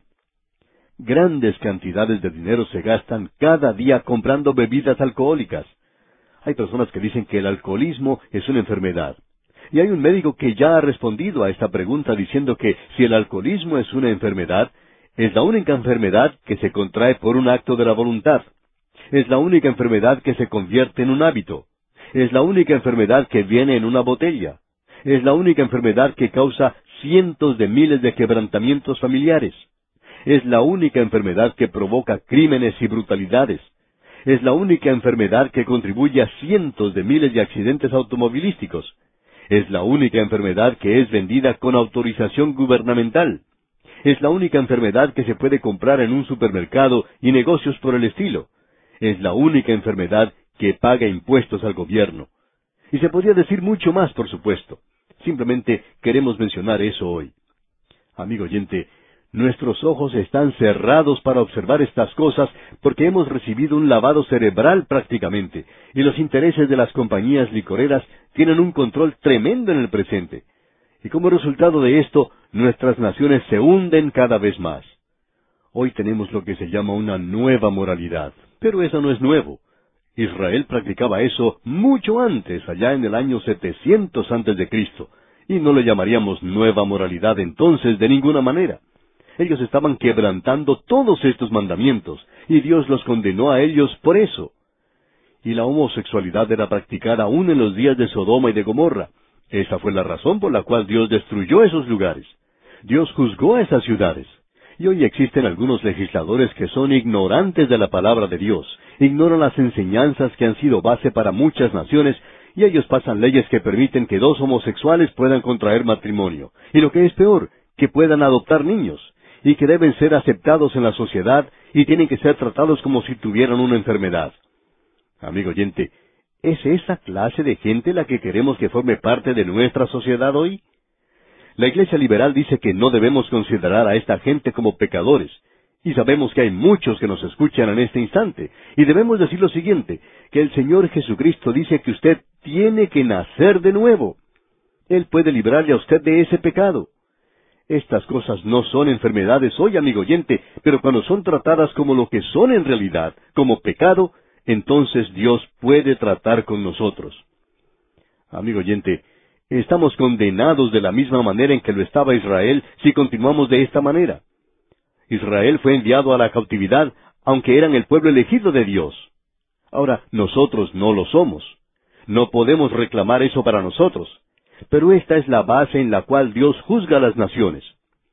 Grandes cantidades de dinero se gastan cada día comprando bebidas alcohólicas. Hay personas que dicen que el alcoholismo es una enfermedad. Y hay un médico que ya ha respondido a esta pregunta diciendo que si el alcoholismo es una enfermedad, es la única enfermedad que se contrae por un acto de la voluntad. Es la única enfermedad que se convierte en un hábito. Es la única enfermedad que viene en una botella. Es la única enfermedad que causa cientos de miles de quebrantamientos familiares. Es la única enfermedad que provoca crímenes y brutalidades. Es la única enfermedad que contribuye a cientos de miles de accidentes automovilísticos. Es la única enfermedad que es vendida con autorización gubernamental. Es la única enfermedad que se puede comprar en un supermercado y negocios por el estilo. Es la única enfermedad que paga impuestos al gobierno. Y se podría decir mucho más, por supuesto. Simplemente queremos mencionar eso hoy. Amigo oyente, nuestros ojos están cerrados para observar estas cosas porque hemos recibido un lavado cerebral prácticamente, y los intereses de las compañías licoreras tienen un control tremendo en el presente. Y como resultado de esto, nuestras naciones se hunden cada vez más. Hoy tenemos lo que se llama una nueva moralidad, pero eso no es nuevo. Israel practicaba eso mucho antes, allá en el año setecientos antes de Cristo, y no le llamaríamos nueva moralidad entonces de ninguna manera. Ellos estaban quebrantando todos estos mandamientos, y Dios los condenó a ellos por eso. Y la homosexualidad era practicada aún en los días de Sodoma y de Gomorra. Esa fue la razón por la cual Dios destruyó esos lugares. Dios juzgó a esas ciudades. Y hoy existen algunos legisladores que son ignorantes de la palabra de Dios, ignoran las enseñanzas que han sido base para muchas naciones, y ellos pasan leyes que permiten que dos homosexuales puedan contraer matrimonio, y lo que es peor, que puedan adoptar niños, y que deben ser aceptados en la sociedad y tienen que ser tratados como si tuvieran una enfermedad. Amigo oyente, ¿es esa clase de gente la que queremos que forme parte de nuestra sociedad hoy? La Iglesia liberal dice que no debemos considerar a esta gente como pecadores, y sabemos que hay muchos que nos escuchan en este instante, y debemos decir lo siguiente, que el Señor Jesucristo dice que usted tiene que nacer de nuevo. Él puede librarle a usted de ese pecado. Estas cosas no son enfermedades hoy, amigo oyente, pero cuando son tratadas como lo que son en realidad, como pecado, entonces Dios puede tratar con nosotros. Amigo oyente, estamos condenados de la misma manera en que lo estaba Israel si continuamos de esta manera. Israel fue enviado a la cautividad, aunque eran el pueblo elegido de Dios. Ahora, nosotros no lo somos. No podemos reclamar eso para nosotros. Pero esta es la base en la cual Dios juzga a las naciones.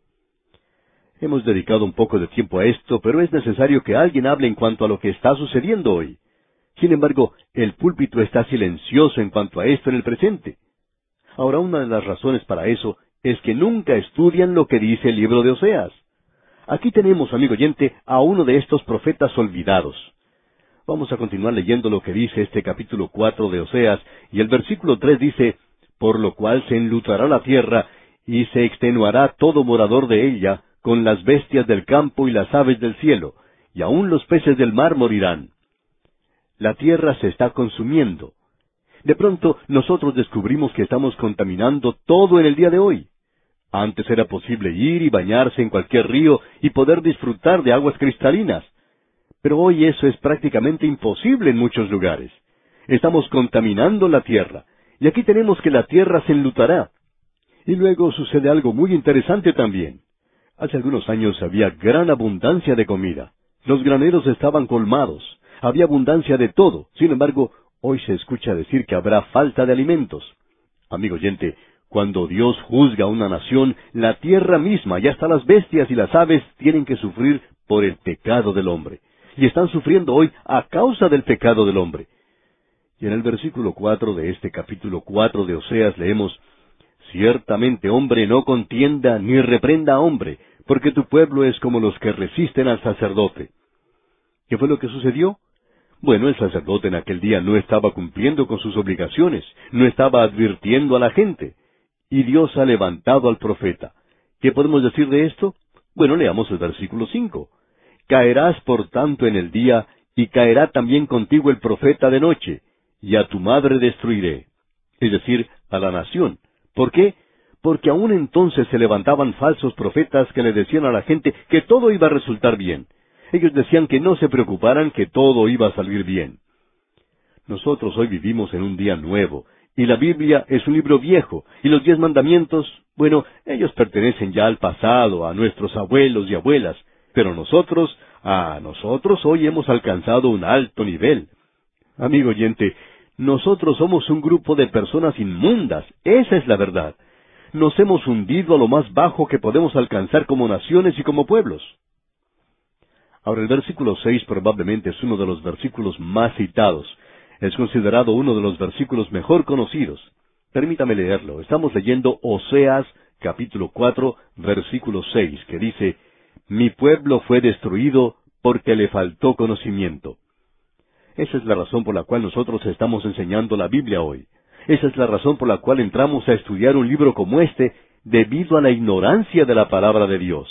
Hemos dedicado un poco de tiempo a esto, pero es necesario que alguien hable en cuanto a lo que está sucediendo hoy. Sin embargo, el púlpito está silencioso en cuanto a esto en el presente. Ahora, una de las razones para eso es que nunca estudian lo que dice el libro de Oseas. Aquí tenemos, amigo oyente, a uno de estos profetas olvidados. Vamos a continuar leyendo lo que dice este capítulo cuatro de Oseas, y el versículo tres dice: por lo cual se enlutará la tierra, y se extenuará todo morador de ella, con las bestias del campo y las aves del cielo, y aun los peces del mar morirán. La tierra se está consumiendo. De pronto, nosotros descubrimos que estamos contaminando todo en el día de hoy. Antes era posible ir y bañarse en cualquier río y poder disfrutar de aguas cristalinas. Pero hoy eso es prácticamente imposible en muchos lugares. Estamos contaminando la tierra, y aquí tenemos que la tierra se enlutará. Y luego sucede algo muy interesante también. Hace algunos años había gran abundancia de comida. Los graneros estaban colmados. Había abundancia de todo. Sin embargo, hoy se escucha decir que habrá falta de alimentos. Amigo oyente, cuando Dios juzga a una nación, la tierra misma y hasta las bestias y las aves tienen que sufrir por el pecado del hombre. Y están sufriendo hoy a causa del pecado del hombre. Y en el versículo cuatro de este capítulo cuatro de Oseas leemos, «Ciertamente hombre no contienda ni reprenda a hombre, porque tu pueblo es como los que resisten al sacerdote». ¿Qué fue lo que sucedió? Bueno, el sacerdote en aquel día no estaba cumpliendo con sus obligaciones, no estaba advirtiendo a la gente. Y Dios ha levantado al profeta. ¿Qué podemos decir de esto? Bueno, leamos el versículo cinco. «Caerás por tanto en el día, y caerá también contigo el profeta de noche, y a tu madre destruiré». Es decir, a la nación. ¿Por qué? Porque aún entonces se levantaban falsos profetas que le decían a la gente que todo iba a resultar bien. Ellos decían que no se preocuparan, que todo iba a salir bien. Nosotros hoy vivimos en un día nuevo, y la Biblia es un libro viejo, y los diez mandamientos, bueno, ellos pertenecen ya al pasado, a nuestros abuelos y abuelas, pero nosotros, a nosotros hoy hemos alcanzado un alto nivel. Amigo oyente, nosotros somos un grupo de personas inmundas, esa es la verdad. Nos hemos hundido a lo más bajo que podemos alcanzar como naciones y como pueblos. Ahora, el versículo seis probablemente es uno de los versículos más citados. Es considerado uno de los versículos mejor conocidos. Permítame leerlo. Estamos leyendo Oseas, capítulo cuatro, versículo seis, que dice, «Mi pueblo fue destruido porque le faltó conocimiento». Esa es la razón por la cual nosotros estamos enseñando la Biblia hoy. Esa es la razón por la cual entramos a estudiar un libro como este, debido a la ignorancia de la palabra de Dios.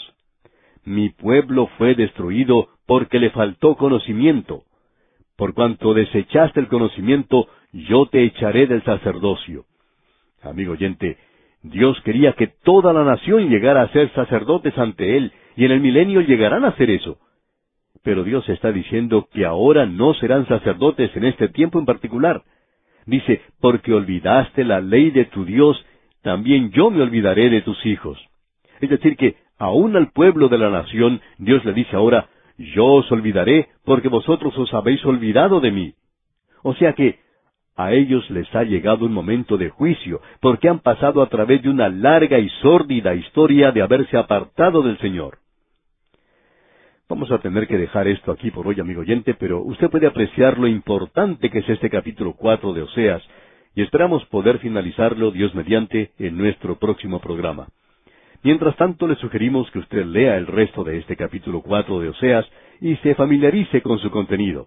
Mi pueblo fue destruido porque le faltó conocimiento. Por cuanto desechaste el conocimiento, yo te echaré del sacerdocio. Amigo oyente, Dios quería que toda la nación llegara a ser sacerdotes ante Él, y en el milenio llegarán a hacer eso. Pero Dios está diciendo que ahora no serán sacerdotes en este tiempo en particular. Dice, porque olvidaste la ley de tu Dios, también yo me olvidaré de tus hijos. Es decir que, aún al pueblo de la nación, Dios le dice ahora, yo os olvidaré, porque vosotros os habéis olvidado de mí. O sea que, a ellos les ha llegado un momento de juicio, porque han pasado a través de una larga y sórdida historia de haberse apartado del Señor. Vamos a tener que dejar esto aquí por hoy, amigo oyente, pero usted puede apreciar lo importante que es este capítulo cuatro de Oseas, y esperamos poder finalizarlo, Dios mediante, en nuestro próximo programa. Mientras tanto, le sugerimos que usted lea el resto de este capítulo cuatro de Oseas y se familiarice con su contenido.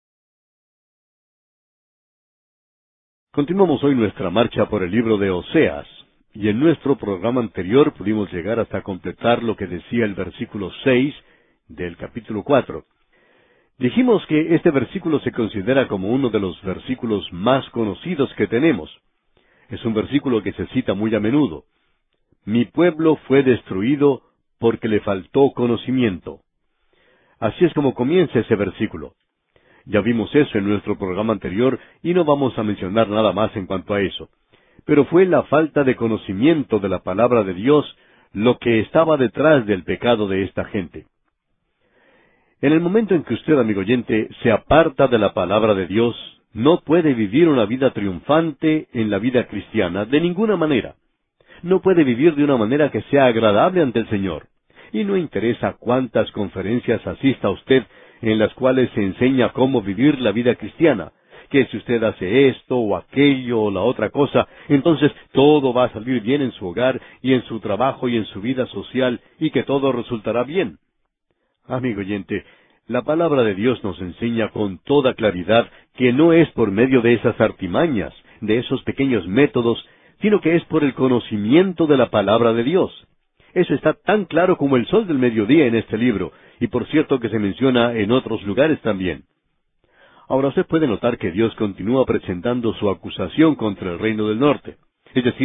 Continuamos hoy nuestra marcha por el libro de Oseas, y en nuestro programa anterior pudimos llegar hasta completar lo que decía el versículo seis del capítulo cuatro. Dijimos que este versículo se considera como uno de los versículos más conocidos que tenemos. Es un versículo que se cita muy a menudo. Mi pueblo fue destruido porque le faltó conocimiento. Así es como comienza ese versículo. Ya vimos eso en nuestro programa anterior y no vamos a mencionar nada más en cuanto a eso. Pero fue la falta de conocimiento de la palabra de Dios lo que estaba detrás del pecado de esta gente. En el momento en que usted, amigo oyente, se aparta de la palabra de Dios, no puede vivir una vida triunfante en la vida cristiana de ninguna manera. No puede vivir de una manera que sea agradable ante el Señor. Y no interesa cuántas conferencias asista usted en las cuales se enseña cómo vivir la vida cristiana, que si usted hace esto o aquello o la otra cosa, entonces todo va a salir bien en su hogar y en su trabajo y en su vida social y que todo resultará bien. Amigo oyente, la palabra de Dios nos enseña con toda claridad que no es por medio de esas artimañas, de esos pequeños métodos, sino que es por el conocimiento de la palabra de Dios. Eso está tan claro como el sol del mediodía en este libro, y por cierto que se menciona en otros lugares también. Ahora usted puede notar que Dios continúa presentando su acusación contra el reino del norte. Es decir,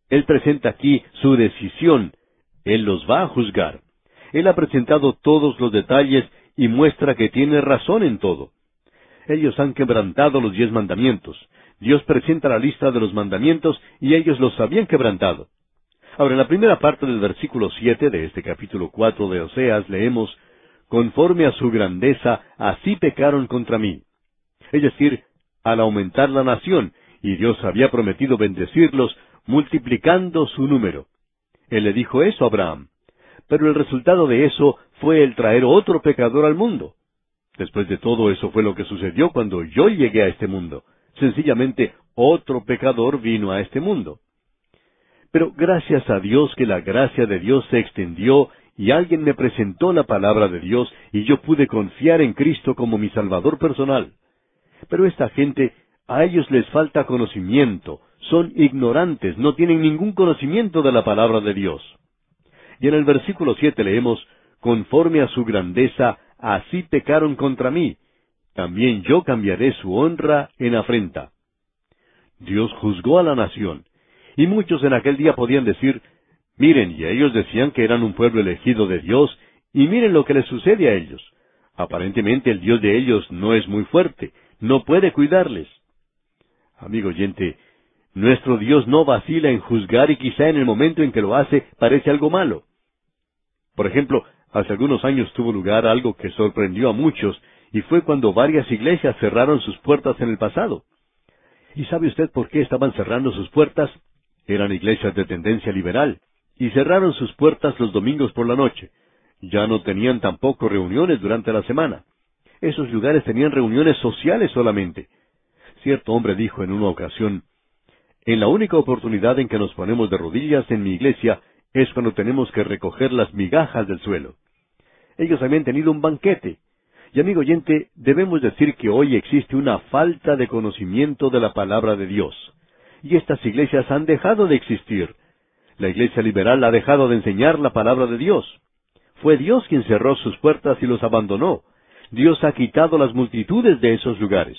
Él presenta aquí su decisión. Él los va a juzgar. Él ha presentado todos los detalles y muestra que tiene razón en todo. Ellos han quebrantado los diez mandamientos. Dios presenta la lista de los mandamientos y ellos los habían quebrantado. Ahora, en la primera parte del versículo siete de este capítulo cuatro de Oseas leemos, «Conforme a su grandeza, así pecaron contra mí». Es decir, al aumentar la nación, y Dios había prometido bendecirlos, multiplicando su número. Él le dijo eso a Abraham. Pero el resultado de eso fue el traer otro pecador al mundo. Después de todo, eso fue lo que sucedió cuando yo llegué a este mundo. Sencillamente, otro pecador vino a este mundo. Pero gracias a Dios que la gracia de Dios se extendió y alguien me presentó la palabra de Dios y yo pude confiar en Cristo como mi Salvador personal. Pero esta gente, a ellos les falta conocimiento, son ignorantes, no tienen ningún conocimiento de la palabra de Dios. Y en el versículo siete leemos, «Conforme a su grandeza, así pecaron contra mí. También yo cambiaré su honra en afrenta». Dios juzgó a la nación. Y muchos en aquel día podían decir, «Miren, y ellos decían que eran un pueblo elegido de Dios, y miren lo que les sucede a ellos. Aparentemente el Dios de ellos no es muy fuerte, no puede cuidarles». Amigo oyente, nuestro Dios no vacila en juzgar y quizá en el momento en que lo hace parece algo malo. Por ejemplo, hace algunos años tuvo lugar algo que sorprendió a muchos, y fue cuando varias iglesias cerraron sus puertas en el pasado. ¿Y sabe usted por qué estaban cerrando sus puertas? Eran iglesias de tendencia liberal, y cerraron sus puertas los domingos por la noche. Ya no tenían tampoco reuniones durante la semana. Esos lugares tenían reuniones sociales solamente. Cierto hombre dijo en una ocasión, «En la única oportunidad en que nos ponemos de rodillas en mi iglesia es cuando tenemos que recoger las migajas del suelo». Ellos habían tenido un banquete. Y amigo oyente, debemos decir que hoy existe una falta de conocimiento de la palabra de Dios. Y estas iglesias han dejado de existir. La iglesia liberal ha dejado de enseñar la palabra de Dios. Fue Dios quien cerró sus puertas y los abandonó. Dios ha quitado las multitudes de esos lugares.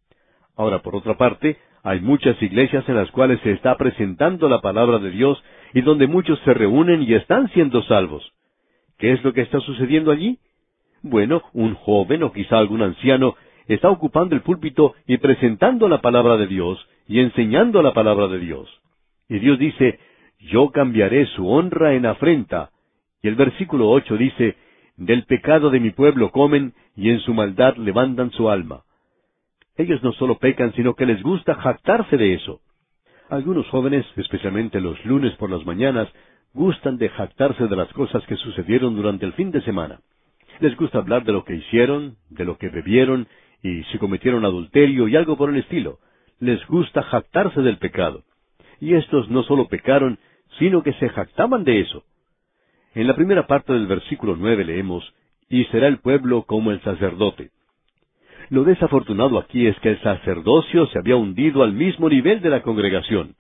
Ahora, por otra parte, hay muchas iglesias en las cuales se está presentando la palabra de Dios y donde muchos se reúnen y están siendo salvos. ¿Qué es lo que está sucediendo allí? Bueno, un joven o quizá algún anciano está ocupando el púlpito y presentando la palabra de Dios y enseñando la palabra de Dios. Y Dios dice, «Yo cambiaré su honra en afrenta». Y el versículo ocho dice, «Del pecado de mi pueblo comen y en su maldad levantan su alma». Ellos no solo pecan, sino que les gusta jactarse de eso. Algunos jóvenes, especialmente los lunes por las mañanas, gustan de jactarse de las cosas que sucedieron durante el fin de semana. Les gusta hablar de lo que hicieron, de lo que bebieron, y si cometieron adulterio y algo por el estilo. Les gusta jactarse del pecado. Y estos no solo pecaron, sino que se jactaban de eso. En la primera parte del versículo nueve leemos, «Y será el pueblo como el sacerdote». Lo desafortunado aquí es que el sacerdocio se había hundido al mismo nivel de la congregación.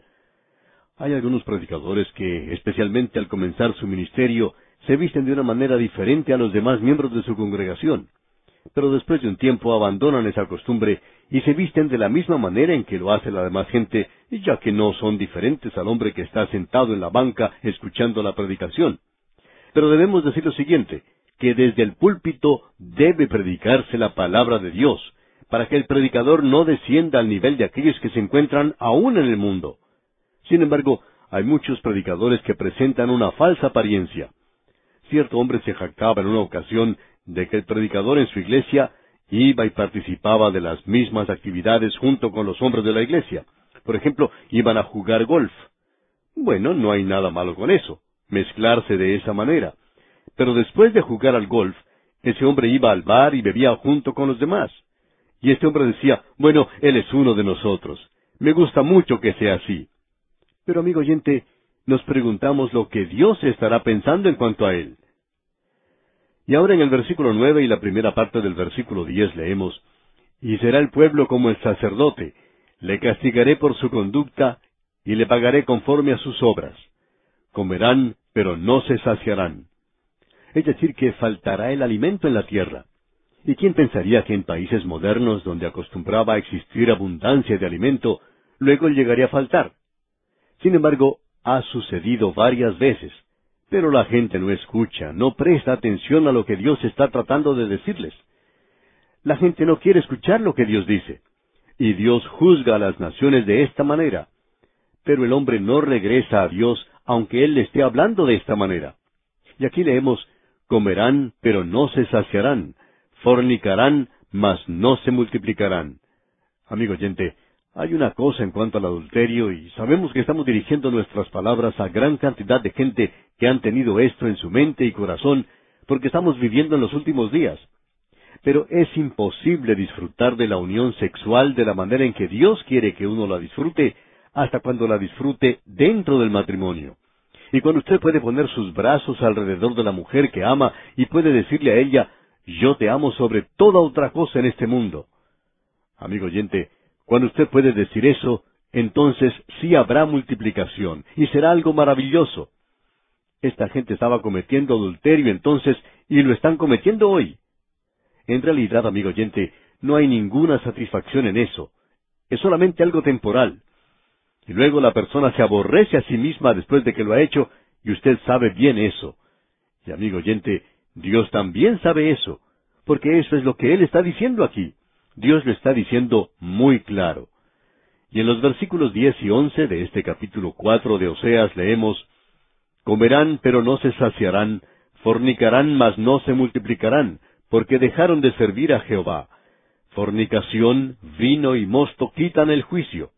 Hay algunos predicadores que, especialmente al comenzar su ministerio, se visten de una manera diferente a los demás miembros de su congregación. Pero después de un tiempo abandonan esa costumbre y se visten de la misma manera en que lo hace la demás gente, ya que no son diferentes al hombre que está sentado en la banca escuchando la predicación. Pero debemos decir lo siguiente, que desde el púlpito debe predicarse la palabra de Dios, para que el predicador no descienda al nivel de aquellos que se encuentran aún en el mundo. Sin embargo, hay muchos predicadores que presentan una falsa apariencia. Cierto hombre se jactaba en una ocasión de que el predicador en su iglesia iba y participaba de las mismas actividades junto con los hombres de la iglesia. Por ejemplo, iban a jugar golf. Bueno, no hay nada malo con eso, mezclarse de esa manera. Pero después de jugar al golf, ese hombre iba al bar y bebía junto con los demás. Y este hombre decía, bueno, él es uno de nosotros. Me gusta mucho que sea así. Pero amigo oyente, nos preguntamos lo que Dios estará pensando en cuanto a él. Y ahora en el versículo nueve y la primera parte del versículo diez leemos, «Y será el pueblo como el sacerdote, le castigaré por su conducta, y le pagaré conforme a sus obras. Comerán, pero no se saciarán». Es decir, que faltará el alimento en la tierra. ¿Y quién pensaría que en países modernos donde acostumbraba a existir abundancia de alimento, luego llegaría a faltar? Sin embargo, ha sucedido varias veces. Pero la gente no escucha, no presta atención a lo que Dios está tratando de decirles. La gente no quiere escuchar lo que Dios dice. Y Dios juzga a las naciones de esta manera. Pero el hombre no regresa a Dios, aunque Él le esté hablando de esta manera. Y aquí leemos, comerán, pero no se saciarán, fornicarán, mas no se multiplicarán. Amigo oyente, hay una cosa en cuanto al adulterio, y sabemos que estamos dirigiendo nuestras palabras a gran cantidad de gente que han tenido esto en su mente y corazón, porque estamos viviendo en los últimos días. Pero es imposible disfrutar de la unión sexual de la manera en que Dios quiere que uno la disfrute, hasta cuando la disfrute dentro del matrimonio. Y cuando usted puede poner sus brazos alrededor de la mujer que ama y puede decirle a ella, yo te amo sobre toda otra cosa en este mundo. Amigo oyente, cuando usted puede decir eso, entonces sí habrá multiplicación, y será algo maravilloso. Esta gente estaba cometiendo adulterio entonces, y lo están cometiendo hoy. En realidad, amigo oyente, no hay ninguna satisfacción en eso. Es solamente algo temporal. Y luego la persona se aborrece a sí misma después de que lo ha hecho, y usted sabe bien eso. Y amigo oyente, Dios también sabe eso, porque eso es lo que Él está diciendo aquí. Dios lo está diciendo muy claro. Y en los versículos diez y once de este capítulo cuatro de Oseas leemos, comerán, pero no se saciarán, fornicarán, mas no se multiplicarán, porque dejaron de servir a Jehová. Fornicación, vino y mosto quitan el juicio.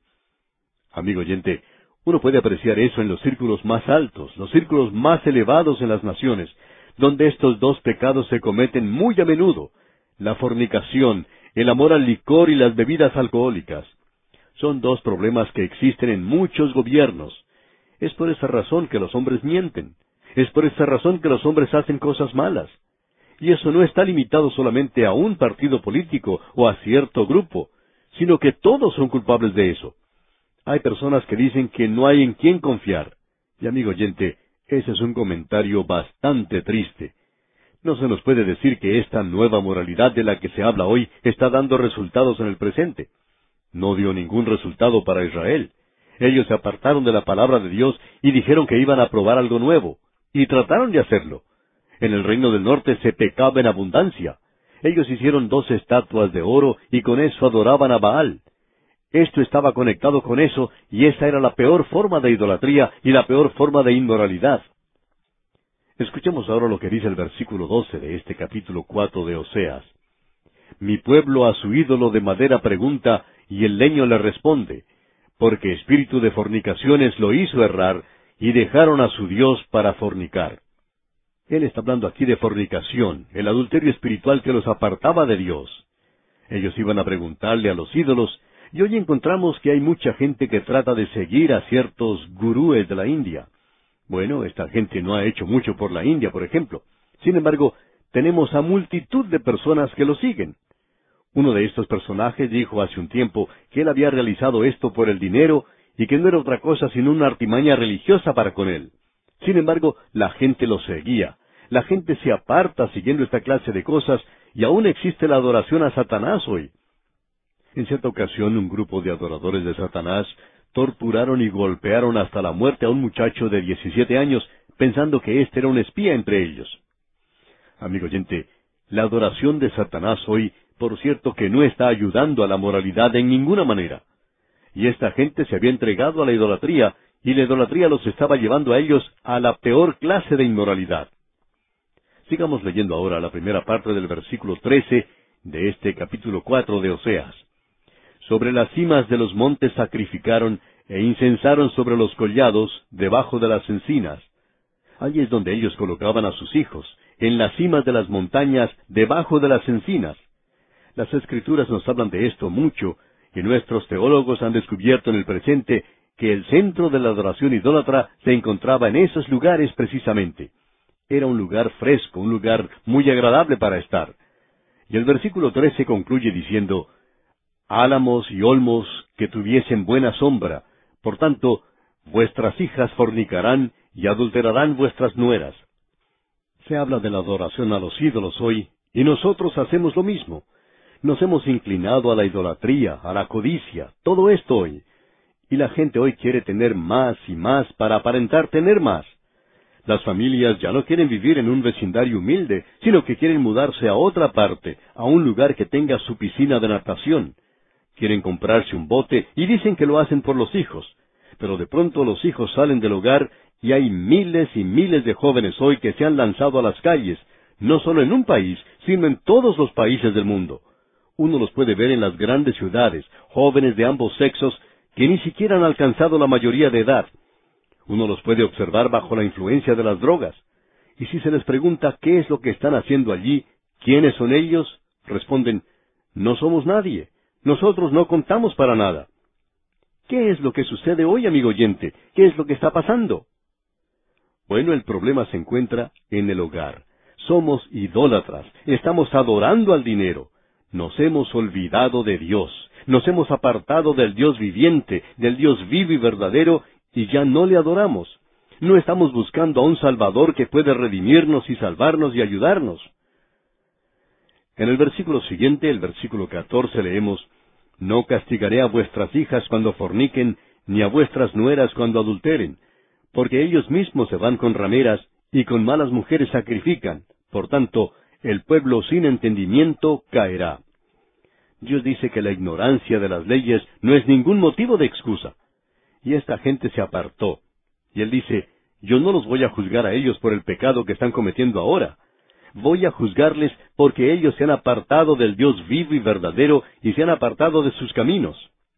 Amigo oyente, uno puede apreciar eso en los círculos más altos, los círculos más elevados en las naciones, donde estos dos pecados se cometen muy a menudo, la fornicación, el amor al licor y las bebidas alcohólicas. Son dos problemas que existen en muchos gobiernos. Es por esa razón que los hombres mienten. Es por esa razón que los hombres hacen cosas malas. Y eso no está limitado solamente a un partido político o a cierto grupo, sino que todos son culpables de eso. Hay personas que dicen que no hay en quién confiar. Y amigo oyente, ese es un comentario bastante triste. No se nos puede decir que esta nueva moralidad de la que se habla hoy está dando resultados en el presente. No dio ningún resultado para Israel. Ellos se apartaron de la palabra de Dios y dijeron que iban a probar algo nuevo. Y trataron de hacerlo. En el reino del norte se pecaba en abundancia. Ellos hicieron dos estatuas de oro y con eso adoraban a Baal. Esto estaba conectado con eso, y esa era la peor forma de idolatría y la peor forma de inmoralidad. Escuchemos ahora lo que dice el versículo doce de este capítulo cuatro de Oseas. Mi pueblo a su ídolo de madera pregunta, y el leño le responde, porque espíritu de fornicaciones lo hizo errar, y dejaron a su Dios para fornicar. Él está hablando aquí de fornicación, el adulterio espiritual que los apartaba de Dios. Ellos iban a preguntarle a los ídolos, y hoy encontramos que hay mucha gente que trata de seguir a ciertos gurúes de la India. Bueno, esta gente no ha hecho mucho por la India, por ejemplo. Sin embargo, tenemos a multitud de personas que lo siguen. Uno de estos personajes dijo hace un tiempo que él había realizado esto por el dinero y que no era otra cosa sino una artimaña religiosa para con él. Sin embargo, la gente lo seguía. La gente se aparta siguiendo esta clase de cosas y aún existe la adoración a Satanás hoy. En cierta ocasión, un grupo de adoradores de Satanás torturaron y golpearon hasta la muerte a un muchacho de diecisiete años, pensando que éste era un espía entre ellos. Amigo oyente, la adoración de Satanás hoy, por cierto que no está ayudando a la moralidad en ninguna manera. Y esta gente se había entregado a la idolatría, y la idolatría los estaba llevando a ellos a la peor clase de inmoralidad. Sigamos leyendo ahora la primera parte del versículo trece de este capítulo cuatro de Oseas. Sobre las cimas de los montes sacrificaron, e incensaron sobre los collados, debajo de las encinas. Allí es donde ellos colocaban a sus hijos, en las cimas de las montañas, debajo de las encinas. Las Escrituras nos hablan de esto mucho, y nuestros teólogos han descubierto en el presente que el centro de la adoración idólatra se encontraba en esos lugares precisamente. Era un lugar fresco, un lugar muy agradable para estar. Y el versículo trece concluye diciendo, álamos y olmos que tuviesen buena sombra, por tanto, vuestras hijas fornicarán y adulterarán vuestras nueras. Se habla de la adoración a los ídolos hoy, y nosotros hacemos lo mismo. Nos hemos inclinado a la idolatría, a la codicia, todo esto hoy. Y la gente hoy quiere tener más y más para aparentar tener más. Las familias ya no quieren vivir en un vecindario humilde, sino que quieren mudarse a otra parte, a un lugar que tenga su piscina de natación. Quieren comprarse un bote y dicen que lo hacen por los hijos. Pero de pronto los hijos salen del hogar y hay miles y miles de jóvenes hoy que se han lanzado a las calles, no solo en un país, sino en todos los países del mundo. Uno los puede ver en las grandes ciudades, jóvenes de ambos sexos que ni siquiera han alcanzado la mayoría de edad. Uno los puede observar bajo la influencia de las drogas. Y si se les pregunta qué es lo que están haciendo allí, quiénes son ellos, responden, no somos nadie, nosotros no contamos para nada. ¿Qué es lo que sucede hoy, amigo oyente? ¿Qué es lo que está pasando? Bueno, el problema se encuentra en el hogar. Somos idólatras, estamos adorando al dinero. Nos hemos olvidado de Dios, nos hemos apartado del Dios viviente, del Dios vivo y verdadero, y ya no le adoramos. No estamos buscando a un Salvador que puede redimirnos y salvarnos y ayudarnos. En el versículo siguiente, el versículo catorce, leemos, no castigaré a vuestras hijas cuando forniquen, ni a vuestras nueras cuando adulteren, porque ellos mismos se van con rameras, y con malas mujeres sacrifican. Por tanto, el pueblo sin entendimiento caerá. Dios dice que la ignorancia de las leyes no es ningún motivo de excusa. Y esta gente se apartó. Y Él dice, yo no los voy a juzgar a ellos por el pecado que están cometiendo ahora. Voy a juzgarles porque ellos se han apartado del Dios vivo y verdadero y se han apartado de sus caminos.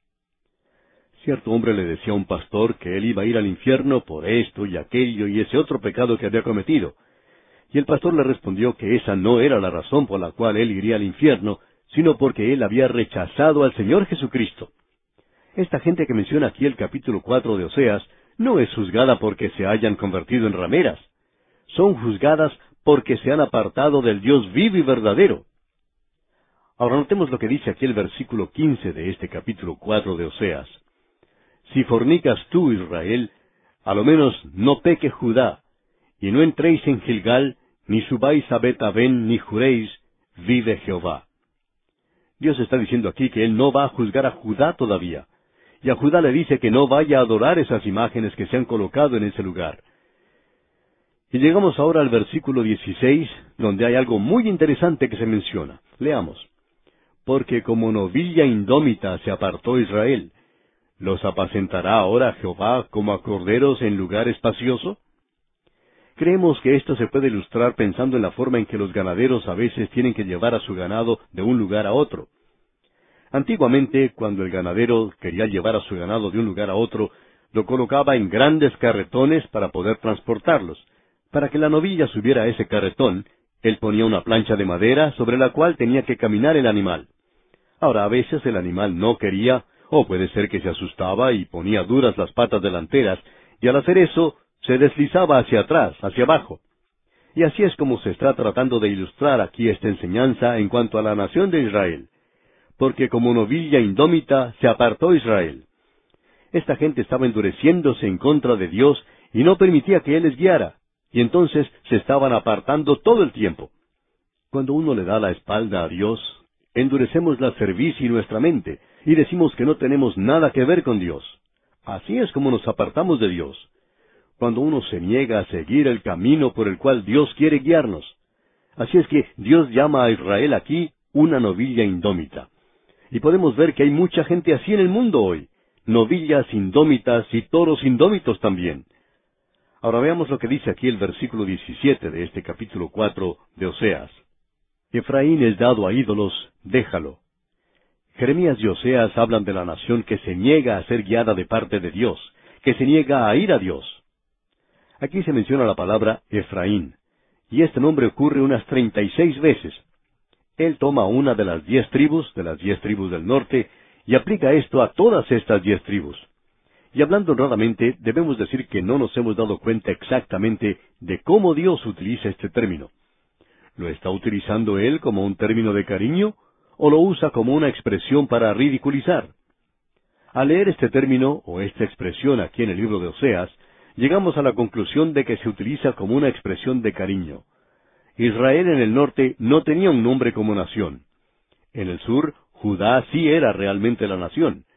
Cierto hombre le decía a un pastor que él iba a ir al infierno por esto y aquello y ese otro pecado que había cometido. Y el pastor le respondió que esa no era la razón por la cual él iría al infierno, sino porque él había rechazado al Señor Jesucristo. Esta gente que menciona aquí el capítulo cuatro de Oseas no es juzgada porque se hayan convertido en rameras. Son juzgadas porque se han apartado del Dios vivo y verdadero. Ahora notemos lo que dice aquí el versículo quince de este capítulo cuatro de Oseas. Si fornicas tú, Israel, a lo menos no peque Judá, y no entréis en Gilgal, ni subáis a Bet-Aven, ni juréis, vive Jehová. Dios está diciendo aquí que Él no va a juzgar a Judá todavía. Y a Judá le dice que no vaya a adorar esas imágenes que se han colocado en ese lugar. Y llegamos ahora al versículo dieciséis, donde hay algo muy interesante que se menciona. Leamos. Porque como novilla indómita se apartó Israel, ¿los apacentará ahora Jehová como a corderos en lugar espacioso? Creemos que esto se puede ilustrar pensando en la forma en que los ganaderos a veces tienen que llevar a su ganado de un lugar a otro. Antiguamente, cuando el ganadero quería llevar a su ganado de un lugar a otro, lo colocaba en grandes carretones para poder transportarlos. Para que la novilla subiera a ese carretón, él ponía una plancha de madera sobre la cual tenía que caminar el animal. Ahora, a veces el animal no quería, o puede ser que se asustaba y ponía duras las patas delanteras, y al hacer eso, se deslizaba hacia atrás, hacia abajo. Y así es como se está tratando de ilustrar aquí esta enseñanza en cuanto a la nación de Israel. Porque como novilla indómita se apartó Israel. Esta gente estaba endureciéndose en contra de Dios y no permitía que Él les guiara, y entonces se estaban apartando todo el tiempo. Cuando uno le da la espalda a Dios, endurecemos la cerviz y nuestra mente, y decimos que no tenemos nada que ver con Dios. Así es como nos apartamos de Dios. Cuando uno se niega a seguir el camino por el cual Dios quiere guiarnos. Así es que Dios llama a Israel aquí una novilla indómita. Y podemos ver que hay mucha gente así en el mundo hoy, novillas indómitas y toros indómitos también. Ahora veamos lo que dice aquí el versículo diecisiete de este capítulo cuatro de Oseas. Efraín es dado a ídolos, déjalo. Jeremías y Oseas hablan de la nación que se niega a ser guiada de parte de Dios, que se niega a ir a Dios. Aquí se menciona la palabra Efraín, y este nombre ocurre unas treinta y seis veces. Él toma una de las diez tribus, de las diez tribus del norte, y aplica esto a todas estas diez tribus. Y hablando honradamente, debemos decir que no nos hemos dado cuenta exactamente de cómo Dios utiliza este término. ¿Lo está utilizando Él como un término de cariño, o lo usa como una expresión para ridiculizar? Al leer este término, o esta expresión aquí en el libro de Oseas, llegamos a la conclusión de que se utiliza como una expresión de cariño. Israel en el norte no tenía un nombre como nación. En el sur, Judá sí era realmente la nación.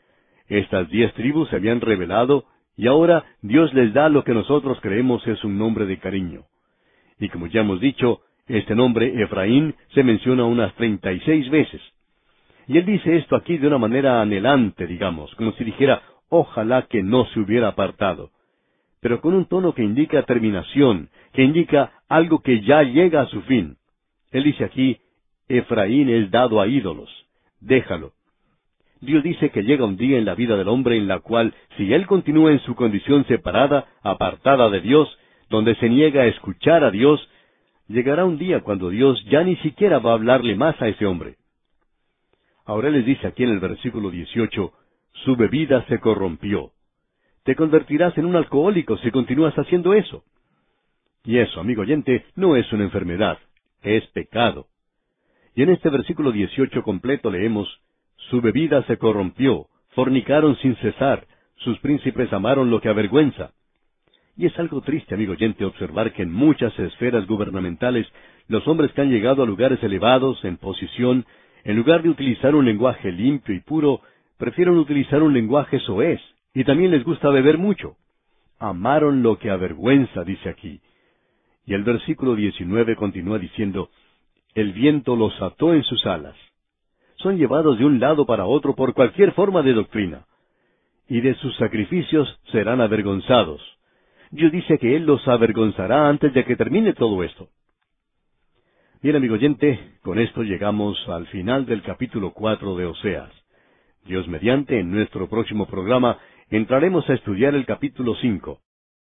Estas diez tribus se habían rebelado, y ahora Dios les da lo que nosotros creemos es un nombre de cariño. Y como ya hemos dicho, este nombre, Efraín, se menciona unas treinta y seis veces. Y él dice esto aquí de una manera anhelante, digamos, como si dijera, ojalá que no se hubiera apartado. Pero con un tono que indica terminación, que indica algo que ya llega a su fin. Él dice aquí, Efraín es dado a ídolos, déjalo. Dios dice que llega un día en la vida del hombre en la cual, si él continúa en su condición separada, apartada de Dios, donde se niega a escuchar a Dios, llegará un día cuando Dios ya ni siquiera va a hablarle más a ese hombre. Ahora les dice aquí en el versículo dieciocho, su bebida se corrompió. Te convertirás en un alcohólico si continúas haciendo eso. Y eso, amigo oyente, no es una enfermedad, es pecado. Y en este versículo dieciocho completo leemos, su bebida se corrompió, fornicaron sin cesar, sus príncipes amaron lo que avergüenza. Y es algo triste, amigo oyente, observar que en muchas esferas gubernamentales, los hombres que han llegado a lugares elevados, en posición, en lugar de utilizar un lenguaje limpio y puro, prefieren utilizar un lenguaje soez, y también les gusta beber mucho. Amaron lo que avergüenza, dice aquí. Y el versículo diecinueve continúa diciendo, el viento los ató en sus alas. Son llevados de un lado para otro por cualquier forma de doctrina. Y de sus sacrificios serán avergonzados. Dios dice que Él los avergonzará antes de que termine todo esto. Bien, amigo oyente, con esto llegamos al final del capítulo cuatro de Oseas. Dios mediante, en nuestro próximo programa, entraremos a estudiar el capítulo cinco.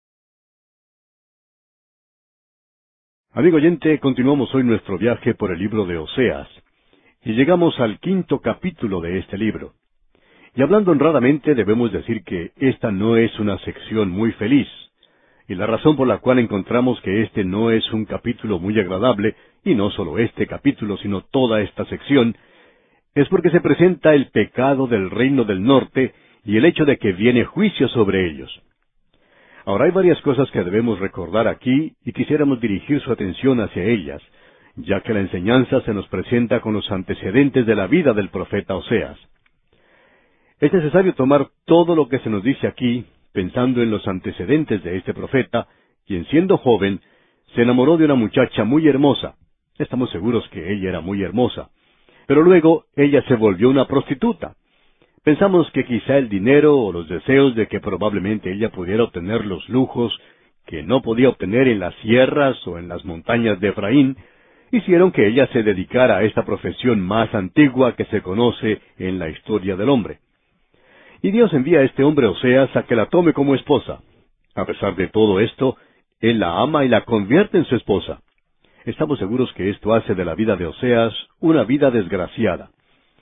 Amigo oyente, continuamos hoy nuestro viaje por el libro de Oseas, y llegamos al quinto capítulo de este libro. Y hablando honradamente, debemos decir que esta no es una sección muy feliz, y la razón por la cual encontramos que este no es un capítulo muy agradable, y no solo este capítulo, sino toda esta sección, es porque se presenta el pecado del reino del norte y el hecho de que viene juicio sobre ellos. Ahora hay varias cosas que debemos recordar aquí y quisiéramos dirigir su atención hacia ellas, ya que la enseñanza se nos presenta con los antecedentes de la vida del profeta Oseas. Es necesario tomar todo lo que se nos dice aquí, pensando en los antecedentes de este profeta, quien siendo joven, se enamoró de una muchacha muy hermosa. Estamos seguros que ella era muy hermosa. Pero luego ella se volvió una prostituta. Pensamos que quizá el dinero o los deseos de que probablemente ella pudiera obtener los lujos que no podía obtener en las sierras o en las montañas de Efraín, hicieron que ella se dedicara a esta profesión más antigua que se conoce en la historia del hombre. Y Dios envía a este hombre Oseas a que la tome como esposa. A pesar de todo esto, Él la ama y la convierte en su esposa. Estamos seguros que esto hace de la vida de Oseas una vida desgraciada.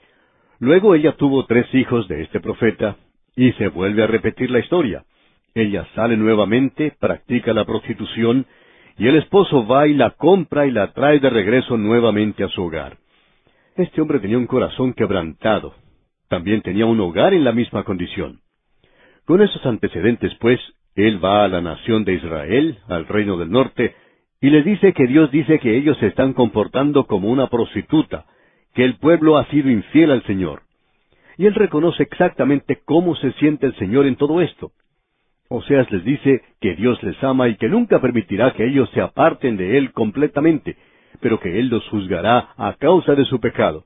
Luego ella tuvo tres hijos de este profeta, y se vuelve a repetir la historia. Ella sale nuevamente, practica la prostitución, y el esposo va y la compra y la trae de regreso nuevamente a su hogar. Este hombre tenía un corazón quebrantado. También tenía un hogar en la misma condición. Con esos antecedentes, pues, él va a la nación de Israel, al reino del norte, y les dice que Dios dice que ellos se están comportando como una prostituta, que el pueblo ha sido infiel al Señor. Y él reconoce exactamente cómo se siente el Señor en todo esto. Oseas les dice que Dios les ama y que nunca permitirá que ellos se aparten de Él completamente, pero que Él los juzgará a causa de su pecado.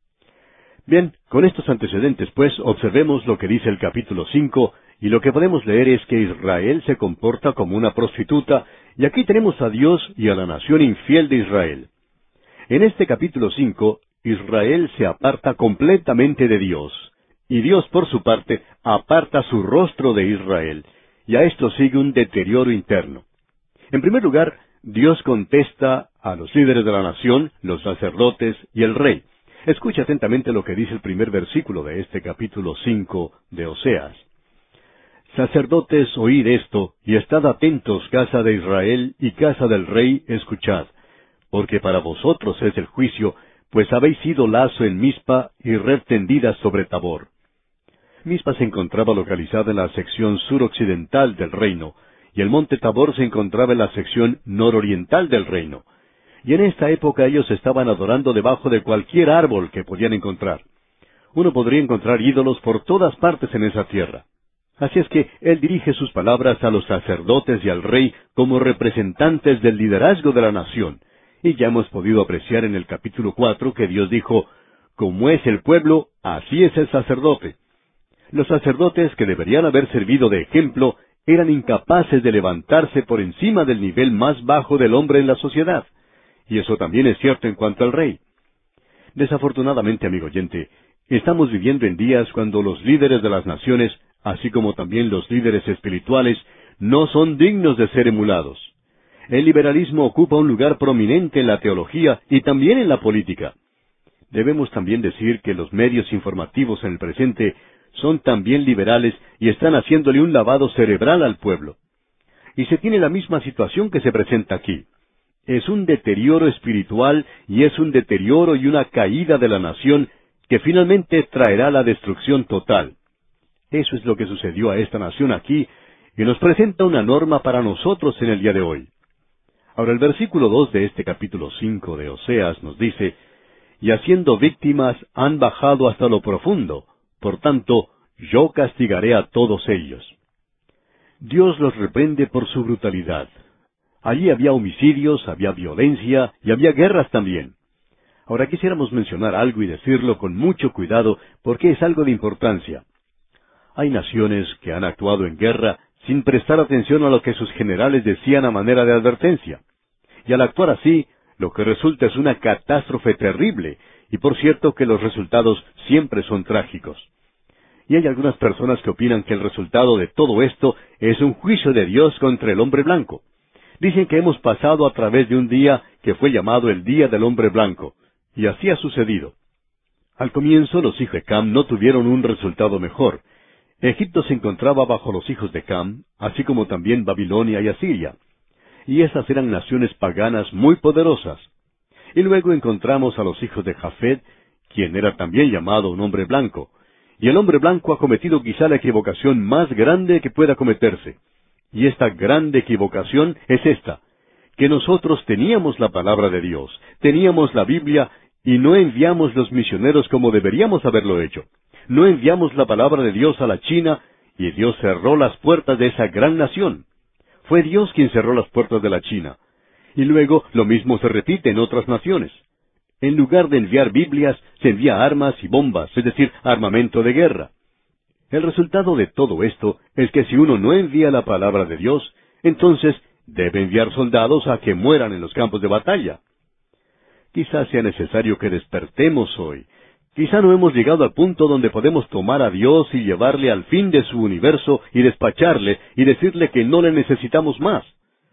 Bien, con estos antecedentes, pues, observemos lo que dice el capítulo cinco, y lo que podemos leer es que Israel se comporta como una prostituta, y aquí tenemos a Dios y a la nación infiel de Israel. En este capítulo cinco, Israel se aparta completamente de Dios, y Dios, por su parte, aparta su rostro de Israel, y a esto sigue un deterioro interno. En primer lugar, Dios contesta a los líderes de la nación, los sacerdotes y el rey. Escucha atentamente lo que dice el primer versículo de este capítulo cinco de Oseas. Sacerdotes, oíd esto, y estad atentos, casa de Israel y casa del rey, escuchad, porque para vosotros es el juicio, pues habéis sido lazo en Mizpa y red tendida sobre Tabor. Mizpa se encontraba localizada en la sección suroccidental del reino, y el monte Tabor se encontraba en la sección nororiental del reino. Y en esta época ellos estaban adorando debajo de cualquier árbol que podían encontrar. Uno podría encontrar ídolos por todas partes en esa tierra. Así es que él dirige sus palabras a los sacerdotes y al rey como representantes del liderazgo de la nación. Y ya hemos podido apreciar en el capítulo cuatro que Dios dijo, como es el pueblo, así es el sacerdote. Los sacerdotes, que deberían haber servido de ejemplo, eran incapaces de levantarse por encima del nivel más bajo del hombre en la sociedad. Y eso también es cierto en cuanto al rey. Desafortunadamente, amigo oyente, estamos viviendo en días cuando los líderes de las naciones, así como también los líderes espirituales, no son dignos de ser emulados. El liberalismo ocupa un lugar prominente en la teología y también en la política. Debemos también decir que los medios informativos en el presente son también liberales y están haciéndole un lavado cerebral al pueblo. Y se tiene la misma situación que se presenta aquí. Es un deterioro espiritual y es un deterioro y una caída de la nación que finalmente traerá la destrucción total. Eso es lo que sucedió a esta nación aquí y nos presenta una norma para nosotros en el día de hoy. Ahora el versículo dos de este capítulo cinco de Oseas nos dice, y haciendo víctimas han bajado hasta lo profundo, por tanto, yo castigaré a todos ellos. Dios los reprende por su brutalidad. Allí había homicidios, había violencia y había guerras también. Ahora quisiéramos mencionar algo y decirlo con mucho cuidado porque es algo de importancia. Hay naciones que han actuado en guerra sin prestar atención a lo que sus generales decían a manera de advertencia. Y al actuar así, lo que resulta es una catástrofe terrible, y por cierto que los resultados siempre son trágicos. Y hay algunas personas que opinan que el resultado de todo esto es un juicio de Dios contra el hombre blanco. Dicen que hemos pasado a través de un día que fue llamado el Día del Hombre Blanco, y así ha sucedido. Al comienzo los hijos de Cam no tuvieron un resultado mejor. Egipto se encontraba bajo los hijos de Cam, así como también Babilonia y Asiria. Y esas eran naciones paganas muy poderosas. Y luego encontramos a los hijos de Jafet, quien era también llamado un hombre blanco. Y el hombre blanco ha cometido quizá la equivocación más grande que pueda cometerse. Y esta grande equivocación es esta, que nosotros teníamos la palabra de Dios, teníamos la Biblia, y no enviamos los misioneros como deberíamos haberlo hecho. No enviamos la palabra de Dios a la China, y Dios cerró las puertas de esa gran nación. Fue Dios quien cerró las puertas de la China. Y luego lo mismo se repite en otras naciones. En lugar de enviar Biblias, se envía armas y bombas, es decir, armamento de guerra. El resultado de todo esto es que si uno no envía la palabra de Dios, entonces debe enviar soldados a que mueran en los campos de batalla. Quizás sea necesario que despertemos hoy. Quizá no hemos llegado al punto donde podemos tomar a Dios y llevarle al fin de su universo y despacharle y decirle que no le necesitamos más.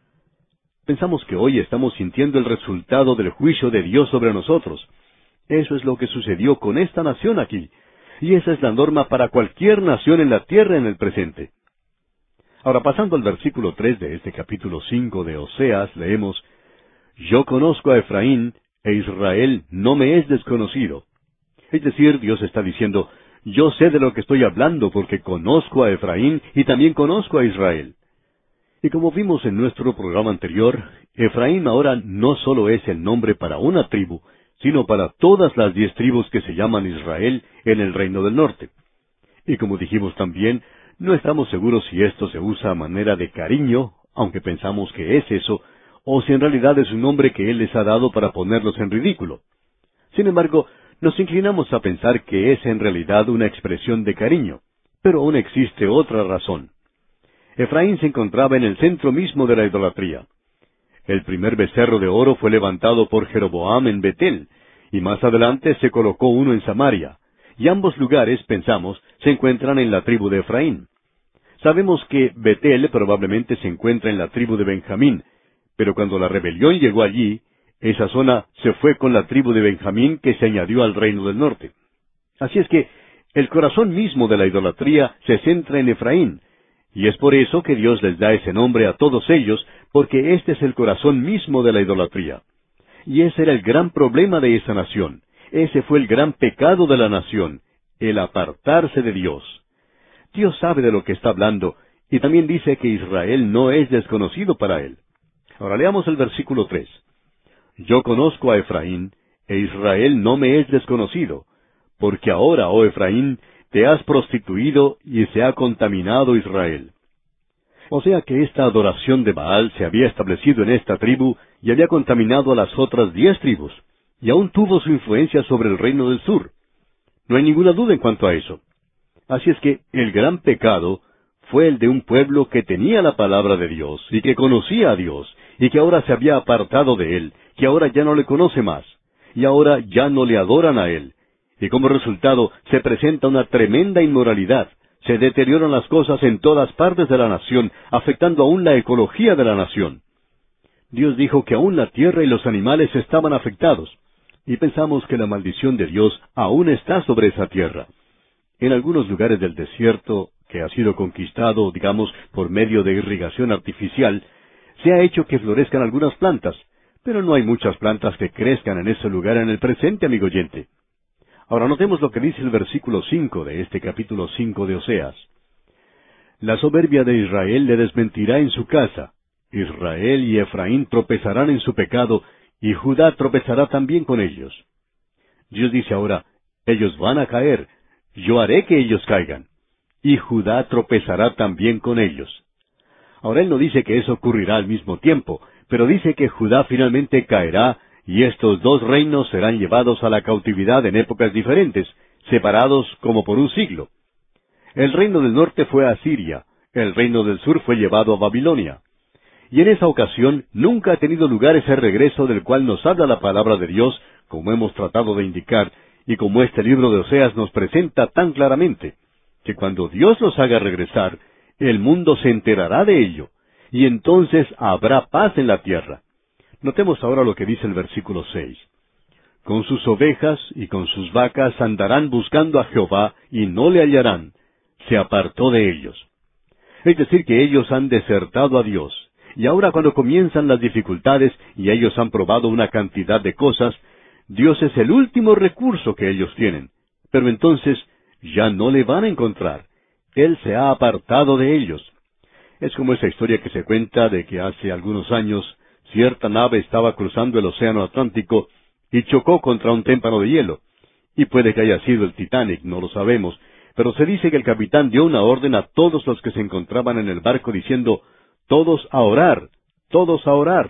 Pensamos que hoy estamos sintiendo el resultado del juicio de Dios sobre nosotros. Eso es lo que sucedió con esta nación aquí. Y esa es la norma para cualquier nación en la tierra en el presente. Ahora, pasando al versículo tres de este capítulo cinco de Oseas, leemos, Yo conozco a Efraín, e Israel no me es desconocido. Es decir, Dios está diciendo, yo sé de lo que estoy hablando porque conozco a Efraín y también conozco a Israel. Y como vimos en nuestro programa anterior, Efraín ahora no solo es el nombre para una tribu, sino para todas las diez tribus que se llaman Israel en el reino del norte. Y como dijimos también, no estamos seguros si esto se usa a manera de cariño, aunque pensamos que es eso, o si en realidad es un nombre que Él les ha dado para ponerlos en ridículo. Sin embargo, nos inclinamos a pensar que es en realidad una expresión de cariño, pero aún existe otra razón. Efraín se encontraba en el centro mismo de la idolatría. El primer becerro de oro fue levantado por Jeroboam en Betel, y más adelante se colocó uno en Samaria, y ambos lugares, pensamos, se encuentran en la tribu de Efraín. Sabemos que Betel probablemente se encuentra en la tribu de Benjamín, pero cuando la rebelión llegó allí, esa zona se fue con la tribu de Benjamín que se añadió al reino del norte. Así es que el corazón mismo de la idolatría se centra en Efraín, y es por eso que Dios les da ese nombre a todos ellos, porque este es el corazón mismo de la idolatría. Y ese era el gran problema de esa nación. Ese fue el gran pecado de la nación, el apartarse de Dios. Dios sabe de lo que está hablando, y también dice que Israel no es desconocido para Él. Ahora leamos el versículo tres. Yo conozco a Efraín, e Israel no me es desconocido, porque ahora, oh Efraín, te has prostituido y se ha contaminado Israel. O sea que esta adoración de Baal se había establecido en esta tribu y había contaminado a las otras diez tribus, y aún tuvo su influencia sobre el reino del sur. No hay ninguna duda en cuanto a eso. Así es que el gran pecado fue el de un pueblo que tenía la palabra de Dios y que conocía a Dios, y que ahora se había apartado de Él, que ahora ya no le conoce más, y ahora ya no le adoran a Él. Y como resultado se presenta una tremenda inmoralidad. Se deterioran las cosas en todas partes de la nación, afectando aún la ecología de la nación. Dios dijo que aún la tierra y los animales estaban afectados, y pensamos que la maldición de Dios aún está sobre esa tierra. En algunos lugares del desierto, que ha sido conquistado, digamos, por medio de irrigación artificial, se ha hecho que florezcan algunas plantas, pero no hay muchas plantas que crezcan en ese lugar en el presente, amigo oyente. Ahora notemos lo que dice el versículo cinco de este capítulo cinco de Oseas. La soberbia de Israel le desmentirá en su casa. Israel y Efraín tropezarán en su pecado, y Judá tropezará también con ellos. Dios dice ahora, ellos van a caer, yo haré que ellos caigan, y Judá tropezará también con ellos. Ahora él no dice que eso ocurrirá al mismo tiempo, pero dice que Judá finalmente caerá, y estos dos reinos serán llevados a la cautividad en épocas diferentes, separados como por un siglo. El reino del norte fue a Asiria, el reino del sur fue llevado a Babilonia. Y en esa ocasión nunca ha tenido lugar ese regreso del cual nos habla la palabra de Dios, como hemos tratado de indicar, y como este libro de Oseas nos presenta tan claramente, que cuando Dios los haga regresar, el mundo se enterará de ello, y entonces habrá paz en la tierra. Notemos ahora lo que dice el versículo seis. Con sus ovejas y con sus vacas andarán buscando a Jehová, y no le hallarán. Se apartó de ellos. Es decir, que ellos han desertado a Dios, y ahora cuando comienzan las dificultades, y ellos han probado una cantidad de cosas, Dios es el último recurso que ellos tienen. Pero entonces ya no le van a encontrar. Él se ha apartado de ellos. Es como esa historia que se cuenta de que hace algunos años cierta nave estaba cruzando el océano Atlántico y chocó contra un témpano de hielo. Y puede que haya sido el Titanic, no lo sabemos, pero se dice que el capitán dio una orden a todos los que se encontraban en el barco diciendo, todos a orar, todos a orar.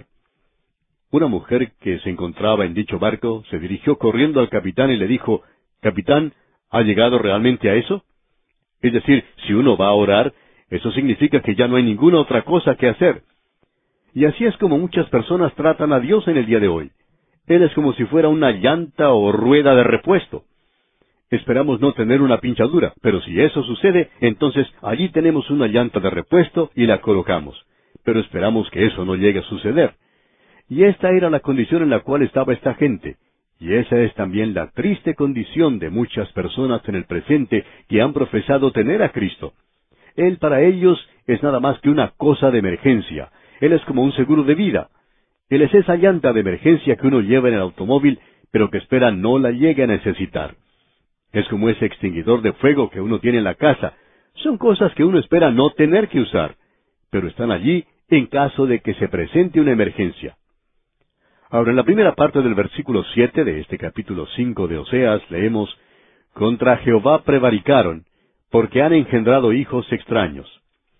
Una mujer que se encontraba en dicho barco se dirigió corriendo al capitán y le dijo, Capitán, ¿ha llegado realmente a eso? Es decir, si uno va a orar, eso significa que ya no hay ninguna otra cosa que hacer. Y así es como muchas personas tratan a Dios en el día de hoy. Él es como si fuera una llanta o rueda de repuesto. Esperamos no tener una pinchadura, pero si eso sucede, entonces allí tenemos una llanta de repuesto y la colocamos. Pero esperamos que eso no llegue a suceder. Y esta era la condición en la cual estaba esta gente. Y esa es también la triste condición de muchas personas en el presente que han profesado tener a Cristo. Él para ellos es nada más que una cosa de emergencia. Él es como un seguro de vida. Él es esa llanta de emergencia que uno lleva en el automóvil, pero que espera no la llegue a necesitar. Es como ese extinguidor de fuego que uno tiene en la casa. Son cosas que uno espera no tener que usar, pero están allí en caso de que se presente una emergencia. Ahora, en la primera parte del versículo siete de este capítulo cinco de Oseas, leemos, Contra Jehová prevaricaron, porque han engendrado hijos extraños.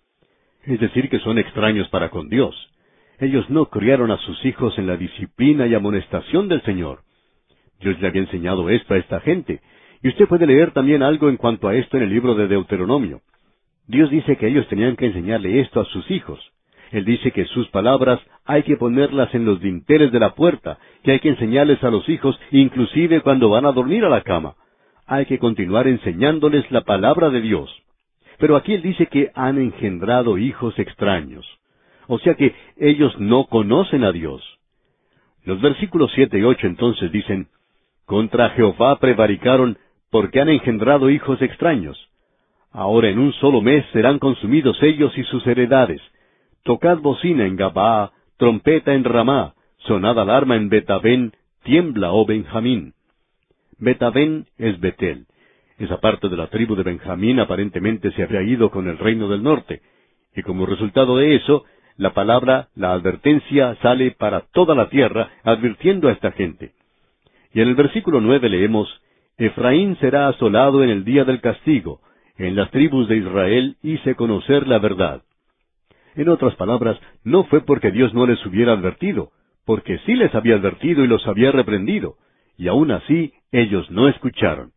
Es decir, que son extraños para con Dios. Ellos no criaron a sus hijos en la disciplina y amonestación del Señor. Dios le había enseñado esto a esta gente, y usted puede leer también algo en cuanto a esto en el libro de Deuteronomio. Dios dice que ellos tenían que enseñarle esto a sus hijos. Él dice que sus palabras hay que ponerlas en los dinteles de la puerta, que hay que enseñarles a los hijos inclusive cuando van a dormir a la cama. Hay que continuar enseñándoles la palabra de Dios. Pero aquí Él dice que han engendrado hijos extraños. O sea que ellos no conocen a Dios. Los versículos siete y ocho entonces dicen, Contra Jehová prevaricaron, porque han engendrado hijos extraños. Ahora en un solo mes serán consumidos ellos y sus heredades. Tocad bocina en Gabaa, trompeta en Ramá, sonad alarma en Betavén, tiembla, oh Benjamín. Betavén es Betel. Esa parte de la tribu de Benjamín aparentemente se habría ido con el reino del norte. Y como resultado de eso, la palabra, la advertencia, sale para toda la tierra, advirtiendo a esta gente. Y en el versículo nueve leemos, Efraín será asolado en el día del castigo. En las tribus de Israel hice conocer la verdad. En otras palabras, no fue porque Dios no les hubiera advertido, porque sí les había advertido y los había reprendido, y aún así ellos no escucharon.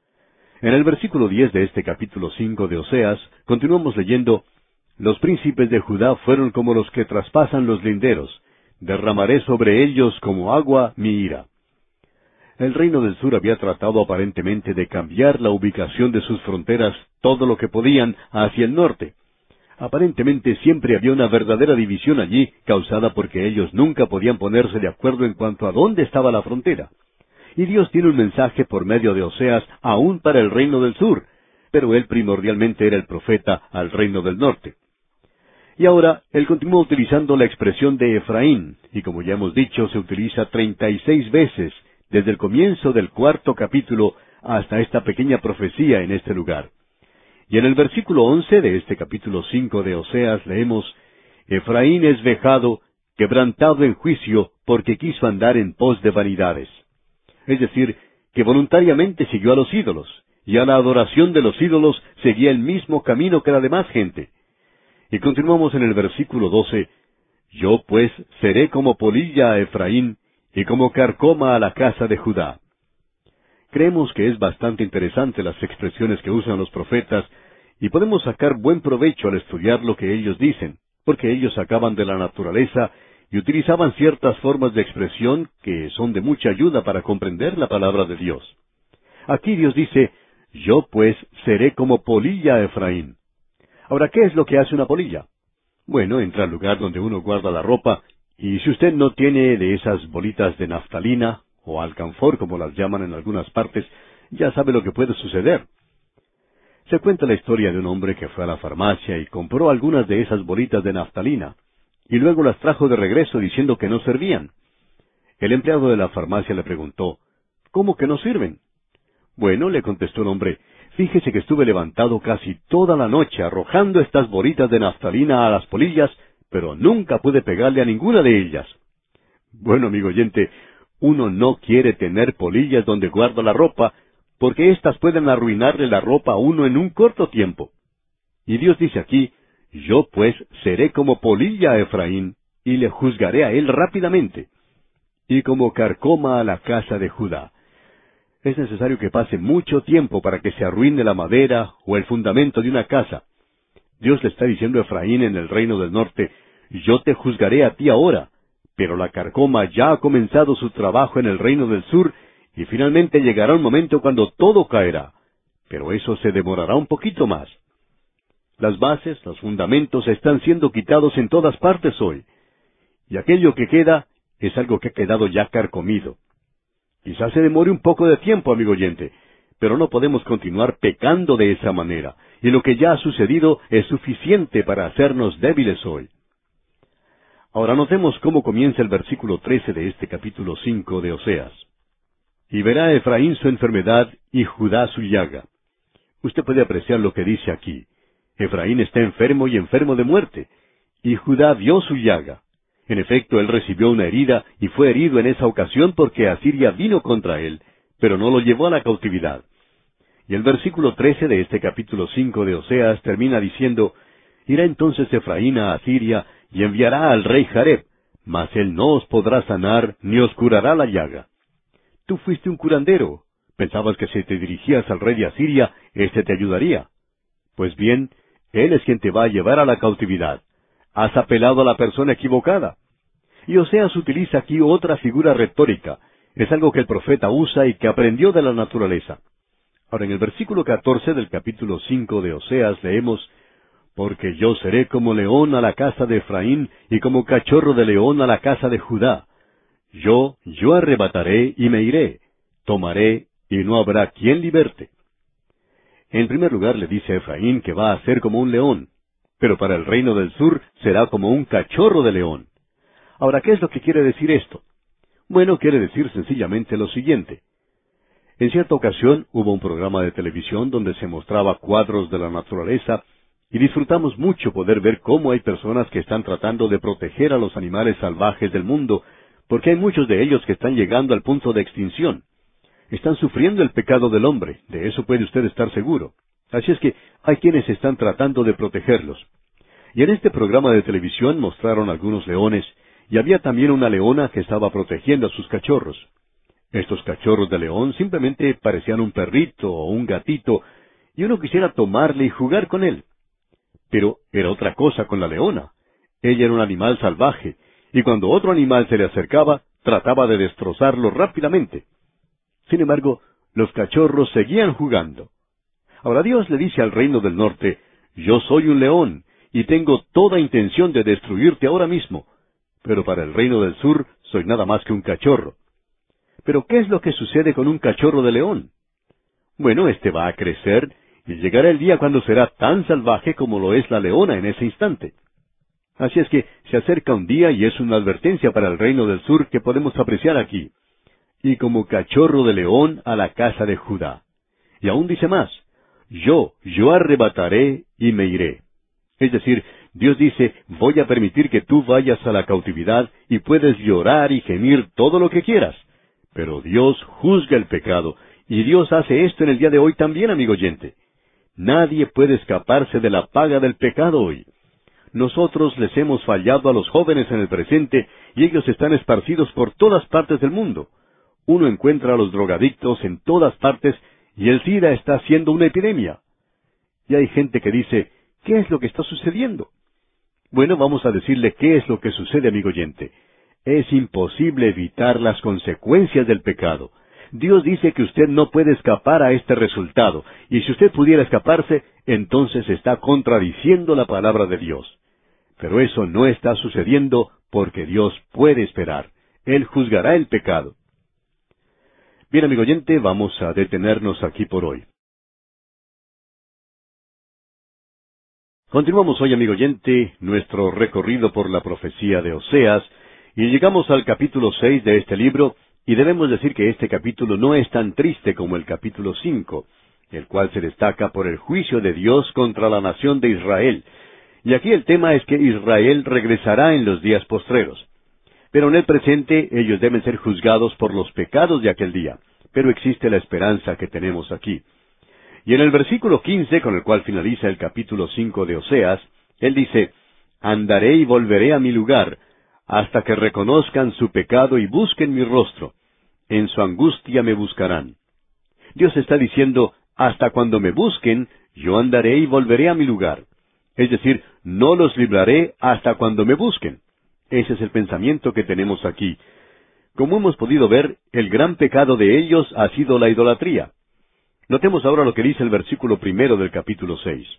En el versículo diez de este capítulo cinco de Oseas, continuamos leyendo, «Los príncipes de Judá fueron como los que traspasan los linderos. Derramaré sobre ellos como agua mi ira». El reino del sur había tratado aparentemente de cambiar la ubicación de sus fronteras todo lo que podían hacia el norte. Aparentemente siempre había una verdadera división allí, causada porque ellos nunca podían ponerse de acuerdo en cuanto a dónde estaba la frontera. Y Dios tiene un mensaje por medio de Oseas aún para el reino del sur, pero él primordialmente era el profeta al reino del norte. Y ahora, él continúa utilizando la expresión de Efraín, y como ya hemos dicho, se utiliza treinta y seis veces, desde el comienzo del cuarto capítulo hasta esta pequeña profecía en este lugar. Y en el versículo once de este capítulo cinco de Oseas leemos, «Efraín es vejado, quebrantado en juicio, porque quiso andar en pos de vanidades». Es decir, que voluntariamente siguió a los ídolos, y a la adoración de los ídolos seguía el mismo camino que la demás gente. Y continuamos en el versículo doce, «Yo pues seré como polilla a Efraín, y como carcoma a la casa de Judá». Creemos que es bastante interesante las expresiones que usan los profetas, y podemos sacar buen provecho al estudiar lo que ellos dicen, porque ellos sacaban de la naturaleza y utilizaban ciertas formas de expresión que son de mucha ayuda para comprender la palabra de Dios. Aquí Dios dice, «Yo pues seré como polilla a Efraín». Ahora, ¿qué es lo que hace una polilla? Bueno, entra al lugar donde uno guarda la ropa, y si usted no tiene de esas bolitas de naftalina, o alcanfor, como las llaman en algunas partes, ya sabe lo que puede suceder. Se cuenta la historia de un hombre que fue a la farmacia y compró algunas de esas bolitas de naftalina, y luego las trajo de regreso diciendo que no servían. El empleado de la farmacia le preguntó, «¿Cómo que no sirven?» «Bueno», le contestó el hombre, «fíjese que estuve levantado casi toda la noche arrojando estas bolitas de naftalina a las polillas, pero nunca pude pegarle a ninguna de ellas». Bueno, amigo oyente, uno no quiere tener polillas donde guarda la ropa, porque éstas pueden arruinarle la ropa a uno en un corto tiempo. Y Dios dice aquí, «Yo pues seré como polilla a Efraín, y le juzgaré a él rápidamente, y como carcoma a la casa de Judá». Es necesario que pase mucho tiempo para que se arruine la madera o el fundamento de una casa. Dios le está diciendo a Efraín en el reino del norte, «Yo te juzgaré a ti ahora», pero la carcoma ya ha comenzado su trabajo en el reino del sur, y finalmente llegará un momento cuando todo caerá. Pero eso se demorará un poquito más. Las bases, los fundamentos están siendo quitados en todas partes hoy. Y aquello que queda es algo que ha quedado ya carcomido. Quizás se demore un poco de tiempo, amigo oyente, pero no podemos continuar pecando de esa manera, y lo que ya ha sucedido es suficiente para hacernos débiles hoy. Ahora notemos cómo comienza el versículo trece de este capítulo cinco de Oseas. «Y verá Efraín su enfermedad y Judá su llaga». Usted puede apreciar lo que dice aquí. Efraín está enfermo y enfermo de muerte, y Judá vio su llaga. En efecto, él recibió una herida y fue herido en esa ocasión porque Asiria vino contra él, pero no lo llevó a la cautividad. Y el versículo trece de este capítulo cinco de Oseas termina diciendo, «Irá entonces Efraín a Asiria y enviará al rey Jareb, mas él no os podrá sanar ni os curará la llaga». Tú fuiste un curandero. Pensabas que si te dirigías al rey de Asiria, éste te ayudaría. Pues bien, él es quien te va a llevar a la cautividad. Has apelado a la persona equivocada. Y Oseas utiliza aquí otra figura retórica. Es algo que el profeta usa y que aprendió de la naturaleza. Ahora, en el versículo catorce del capítulo cinco de Oseas leemos, «Porque yo seré como león a la casa de Efraín, y como cachorro de león a la casa de Judá. Yo, yo arrebataré y me iré, tomaré, y no habrá quien liberte». En primer lugar le dice a Efraín que va a ser como un león, pero para el reino del sur será como un cachorro de león. Ahora, ¿qué es lo que quiere decir esto? Bueno, quiere decir sencillamente lo siguiente. En cierta ocasión hubo un programa de televisión donde se mostraba cuadros de la naturaleza, y disfrutamos mucho poder ver cómo hay personas que están tratando de proteger a los animales salvajes del mundo, porque hay muchos de ellos que están llegando al punto de extinción. Están sufriendo el pecado del hombre, de eso puede usted estar seguro. Así es que hay quienes están tratando de protegerlos. Y en este programa de televisión mostraron algunos leones, y había también una leona que estaba protegiendo a sus cachorros. Estos cachorros de león simplemente parecían un perrito o un gatito, y uno quisiera tomarle y jugar con él. Pero era otra cosa con la leona. Ella era un animal salvaje, y cuando otro animal se le acercaba, trataba de destrozarlo rápidamente. Sin embargo, los cachorros seguían jugando. Ahora Dios le dice al reino del norte, yo soy un león, y tengo toda intención de destruirte ahora mismo. Pero para el reino del sur soy nada más que un cachorro. Pero ¿qué es lo que sucede con un cachorro de león? Bueno, éste va a crecer, y llegará el día cuando será tan salvaje como lo es la leona en ese instante. Así es que se acerca un día y es una advertencia para el reino del sur que podemos apreciar aquí. Y como cachorro de león a la casa de Judá. Y aún dice más, yo, yo arrebataré y me iré. Es decir, Dios dice, voy a permitir que tú vayas a la cautividad y puedes llorar y gemir todo lo que quieras. Pero Dios juzga el pecado, y Dios hace esto en el día de hoy también, amigo oyente. Nadie puede escaparse de la paga del pecado hoy. Nosotros les hemos fallado a los jóvenes en el presente, y ellos están esparcidos por todas partes del mundo. Uno encuentra a los drogadictos en todas partes, y el SIDA está siendo una epidemia. Y hay gente que dice, ¿qué es lo que está sucediendo? Bueno, vamos a decirle qué es lo que sucede, amigo oyente. Es imposible evitar las consecuencias del pecado. Dios dice que usted no puede escapar a este resultado, y si usted pudiera escaparse, entonces está contradiciendo la palabra de Dios. Pero eso no está sucediendo porque Dios puede esperar. Él juzgará el pecado. Bien, amigo oyente, vamos a detenernos aquí por hoy. Continuamos hoy, amigo oyente, nuestro recorrido por la profecía de Oseas, y llegamos al capítulo seis de este libro, y debemos decir que este capítulo no es tan triste como el capítulo cinco, el cual se destaca por el juicio de Dios contra la nación de Israel. Y aquí el tema es que Israel regresará en los días postreros. Pero en el presente ellos deben ser juzgados por los pecados de aquel día. Pero existe la esperanza que tenemos aquí. Y en el versículo quince, con el cual finaliza el capítulo cinco de Oseas, él dice, «Andaré y volveré a mi lugar, hasta que reconozcan su pecado y busquen mi rostro. En su angustia me buscarán». Dios está diciendo, «Hasta cuando me busquen, yo andaré y volveré a mi lugar». Es decir, no los libraré hasta cuando me busquen. Ese es el pensamiento que tenemos aquí. Como hemos podido ver, el gran pecado de ellos ha sido la idolatría. Notemos ahora lo que dice el versículo primero del capítulo seis.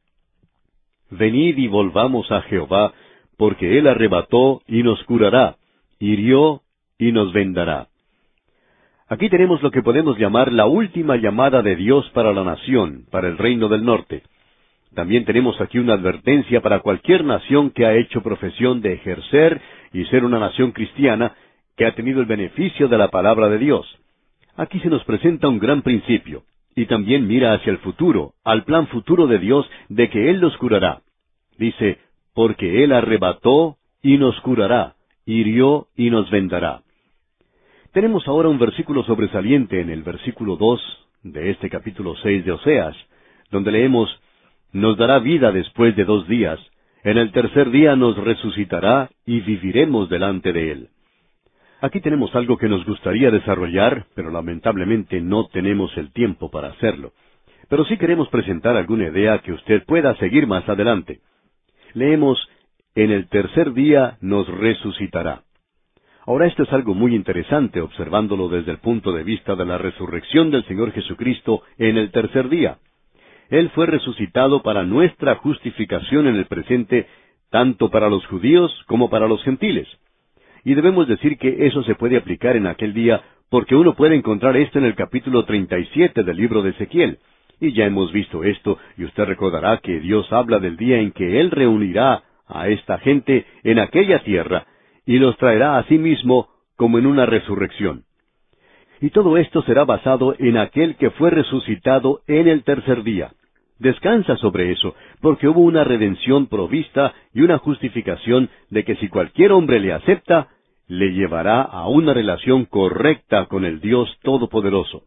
«Venid y volvamos a Jehová, porque Él arrebató y nos curará, hirió y nos vendará». Aquí tenemos lo que podemos llamar la última llamada de Dios para la nación, para el reino del norte. También tenemos aquí una advertencia para cualquier nación que ha hecho profesión de ejercer y ser una nación cristiana, que ha tenido el beneficio de la palabra de Dios. Aquí se nos presenta un gran principio, y también mira hacia el futuro, al plan futuro de Dios de que Él los curará. Dice, porque Él arrebató y nos curará, hirió y nos vendará. Tenemos ahora un versículo sobresaliente en el versículo dos de este capítulo seis de Oseas, donde leemos, «Nos dará vida después de dos días, en el tercer día nos resucitará y viviremos delante de Él». Aquí tenemos algo que nos gustaría desarrollar, pero lamentablemente no tenemos el tiempo para hacerlo. Pero sí queremos presentar alguna idea que usted pueda seguir más adelante. Leemos, «En el tercer día nos resucitará». Ahora esto es algo muy interesante observándolo desde el punto de vista de la resurrección del Señor Jesucristo en el tercer día. Él fue resucitado para nuestra justificación en el presente, tanto para los judíos como para los gentiles. Y debemos decir que eso se puede aplicar en aquel día, porque uno puede encontrar esto en el capítulo treinta y siete del libro de Ezequiel. Y ya hemos visto esto, y usted recordará que Dios habla del día en que Él reunirá a esta gente en aquella tierra, y los traerá a sí mismo como en una resurrección. Y todo esto será basado en aquel que fue resucitado en el tercer día. Descansa sobre eso, porque hubo una redención provista y una justificación de que si cualquier hombre le acepta, le llevará a una relación correcta con el Dios Todopoderoso.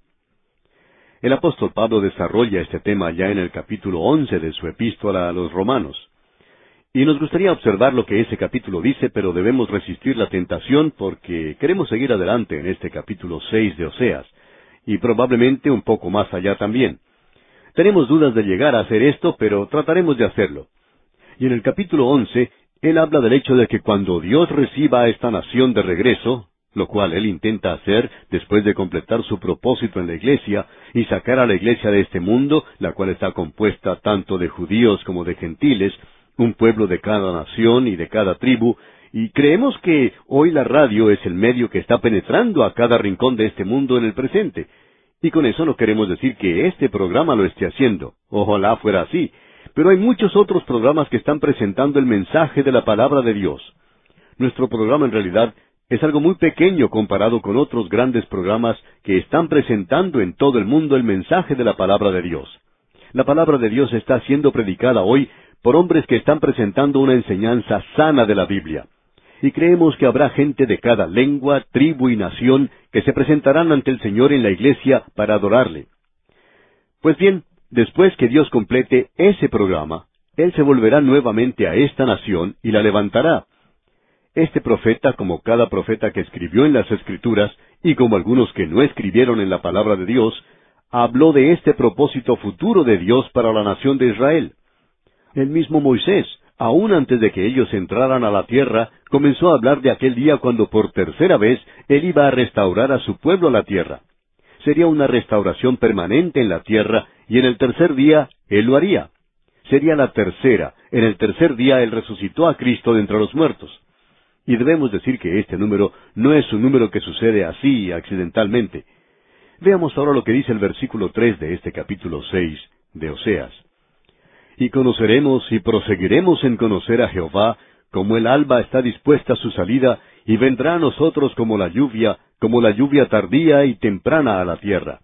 El apóstol Pablo desarrolla este tema ya en el capítulo once de su epístola a los Romanos. Y nos gustaría observar lo que ese capítulo dice, pero debemos resistir la tentación porque queremos seguir adelante en este capítulo seis de Oseas, y probablemente un poco más allá también. Tenemos dudas de llegar a hacer esto, pero trataremos de hacerlo. Y en el capítulo once, él habla del hecho de que cuando Dios reciba a esta nación de regreso, lo cual él intenta hacer después de completar su propósito en la iglesia y sacar a la iglesia de este mundo, la cual está compuesta tanto de judíos como de gentiles, un pueblo de cada nación y de cada tribu, y creemos que hoy la radio es el medio que está penetrando a cada rincón de este mundo en el presente. Y con eso no queremos decir que este programa lo esté haciendo. Ojalá fuera así. Pero hay muchos otros programas que están presentando el mensaje de la palabra de Dios. Nuestro programa en realidad es algo muy pequeño comparado con otros grandes programas que están presentando en todo el mundo el mensaje de la palabra de Dios. La palabra de Dios está siendo predicada hoy por hombres que están presentando una enseñanza sana de la Biblia. Y creemos que habrá gente de cada lengua, tribu y nación que se presentarán ante el Señor en la iglesia para adorarle. Pues bien, después que Dios complete ese programa, Él se volverá nuevamente a esta nación y la levantará. Este profeta, como cada profeta que escribió en las Escrituras, y como algunos que no escribieron en la palabra de Dios, habló de este propósito futuro de Dios para la nación de Israel. El mismo Moisés, aún antes de que ellos entraran a la tierra, comenzó a hablar de aquel día cuando por tercera vez Él iba a restaurar a su pueblo a la tierra. Sería una restauración permanente en la tierra, y en el tercer día Él lo haría. Sería la tercera. En el tercer día Él resucitó a Cristo de entre los muertos. Y debemos decir que este número no es un número que sucede así, accidentalmente. Veamos ahora lo que dice el versículo tres de este capítulo seis de Oseas. Y conoceremos y proseguiremos en conocer a Jehová, como el alba está dispuesta a su salida, y vendrá a nosotros como la lluvia, como la lluvia tardía y temprana a la tierra.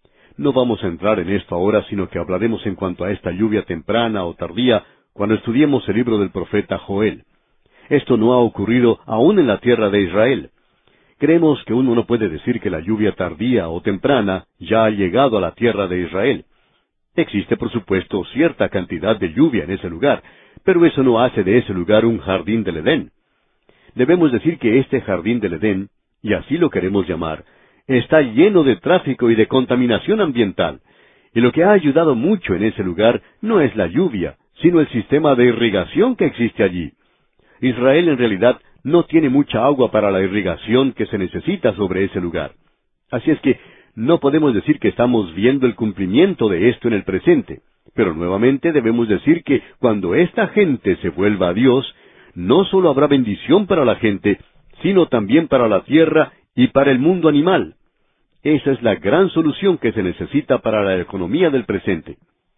No vamos a entrar en esto ahora, sino que hablaremos en cuanto a esta lluvia temprana o tardía, cuando estudiemos el libro del profeta Joel. Esto no ha ocurrido aún en la tierra de Israel. Creemos que uno no puede decir que la lluvia tardía o temprana ya ha llegado a la tierra de Israel. Existe, por supuesto, cierta cantidad de lluvia en ese lugar, pero eso no hace de ese lugar un jardín del Edén. Debemos decir que este jardín del Edén, y así lo queremos llamar, está lleno de tráfico y de contaminación ambiental. Y lo que ha ayudado mucho en ese lugar no es la lluvia, sino el sistema de irrigación que existe allí. Israel en realidad no tiene mucha agua para la irrigación que se necesita sobre ese lugar. Así es que no podemos decir que estamos viendo el cumplimiento de esto en el presente, pero nuevamente debemos decir que cuando esta gente se vuelva a Dios, no solo habrá bendición para la gente, sino también para la tierra y para el mundo animal. Esa es la gran solución que se necesita para la economía del presente.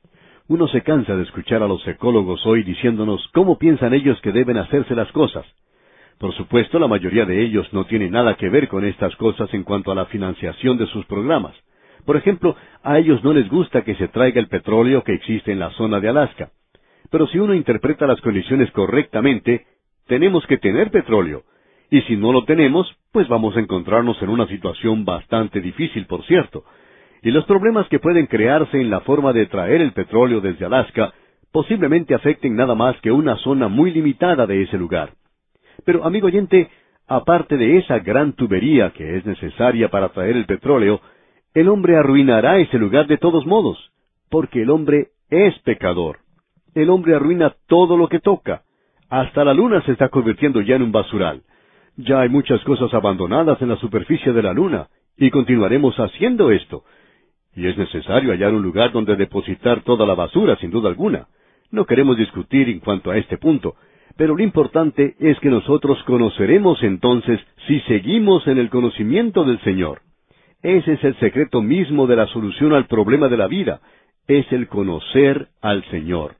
Uno se cansa de escuchar a los ecólogos hoy diciéndonos cómo piensan ellos que deben hacerse las cosas. Por supuesto, la mayoría de ellos no tiene nada que ver con estas cosas en cuanto a la financiación de sus programas. Por ejemplo, a ellos no les gusta que se traiga el petróleo que existe en la zona de Alaska. Pero si uno interpreta las condiciones correctamente, tenemos que tener petróleo. Y si no lo tenemos, pues vamos a encontrarnos en una situación bastante difícil, por cierto. Y los problemas que pueden crearse en la forma de traer el petróleo desde Alaska posiblemente afecten nada más que una zona muy limitada de ese lugar. Pero, amigo oyente, aparte de esa gran tubería que es necesaria para traer el petróleo, el hombre arruinará ese lugar de todos modos, porque el hombre es pecador. El hombre arruina todo lo que toca. Hasta la luna se está convirtiendo ya en un basural. Ya hay muchas cosas abandonadas en la superficie de la luna, y continuaremos haciendo esto. Y es necesario hallar un lugar donde depositar toda la basura, sin duda alguna. No queremos discutir en cuanto a este punto, pero lo importante es que nosotros conoceremos entonces si seguimos en el conocimiento del Señor. Ese es el secreto mismo de la solución al problema de la vida, es el conocer al Señor.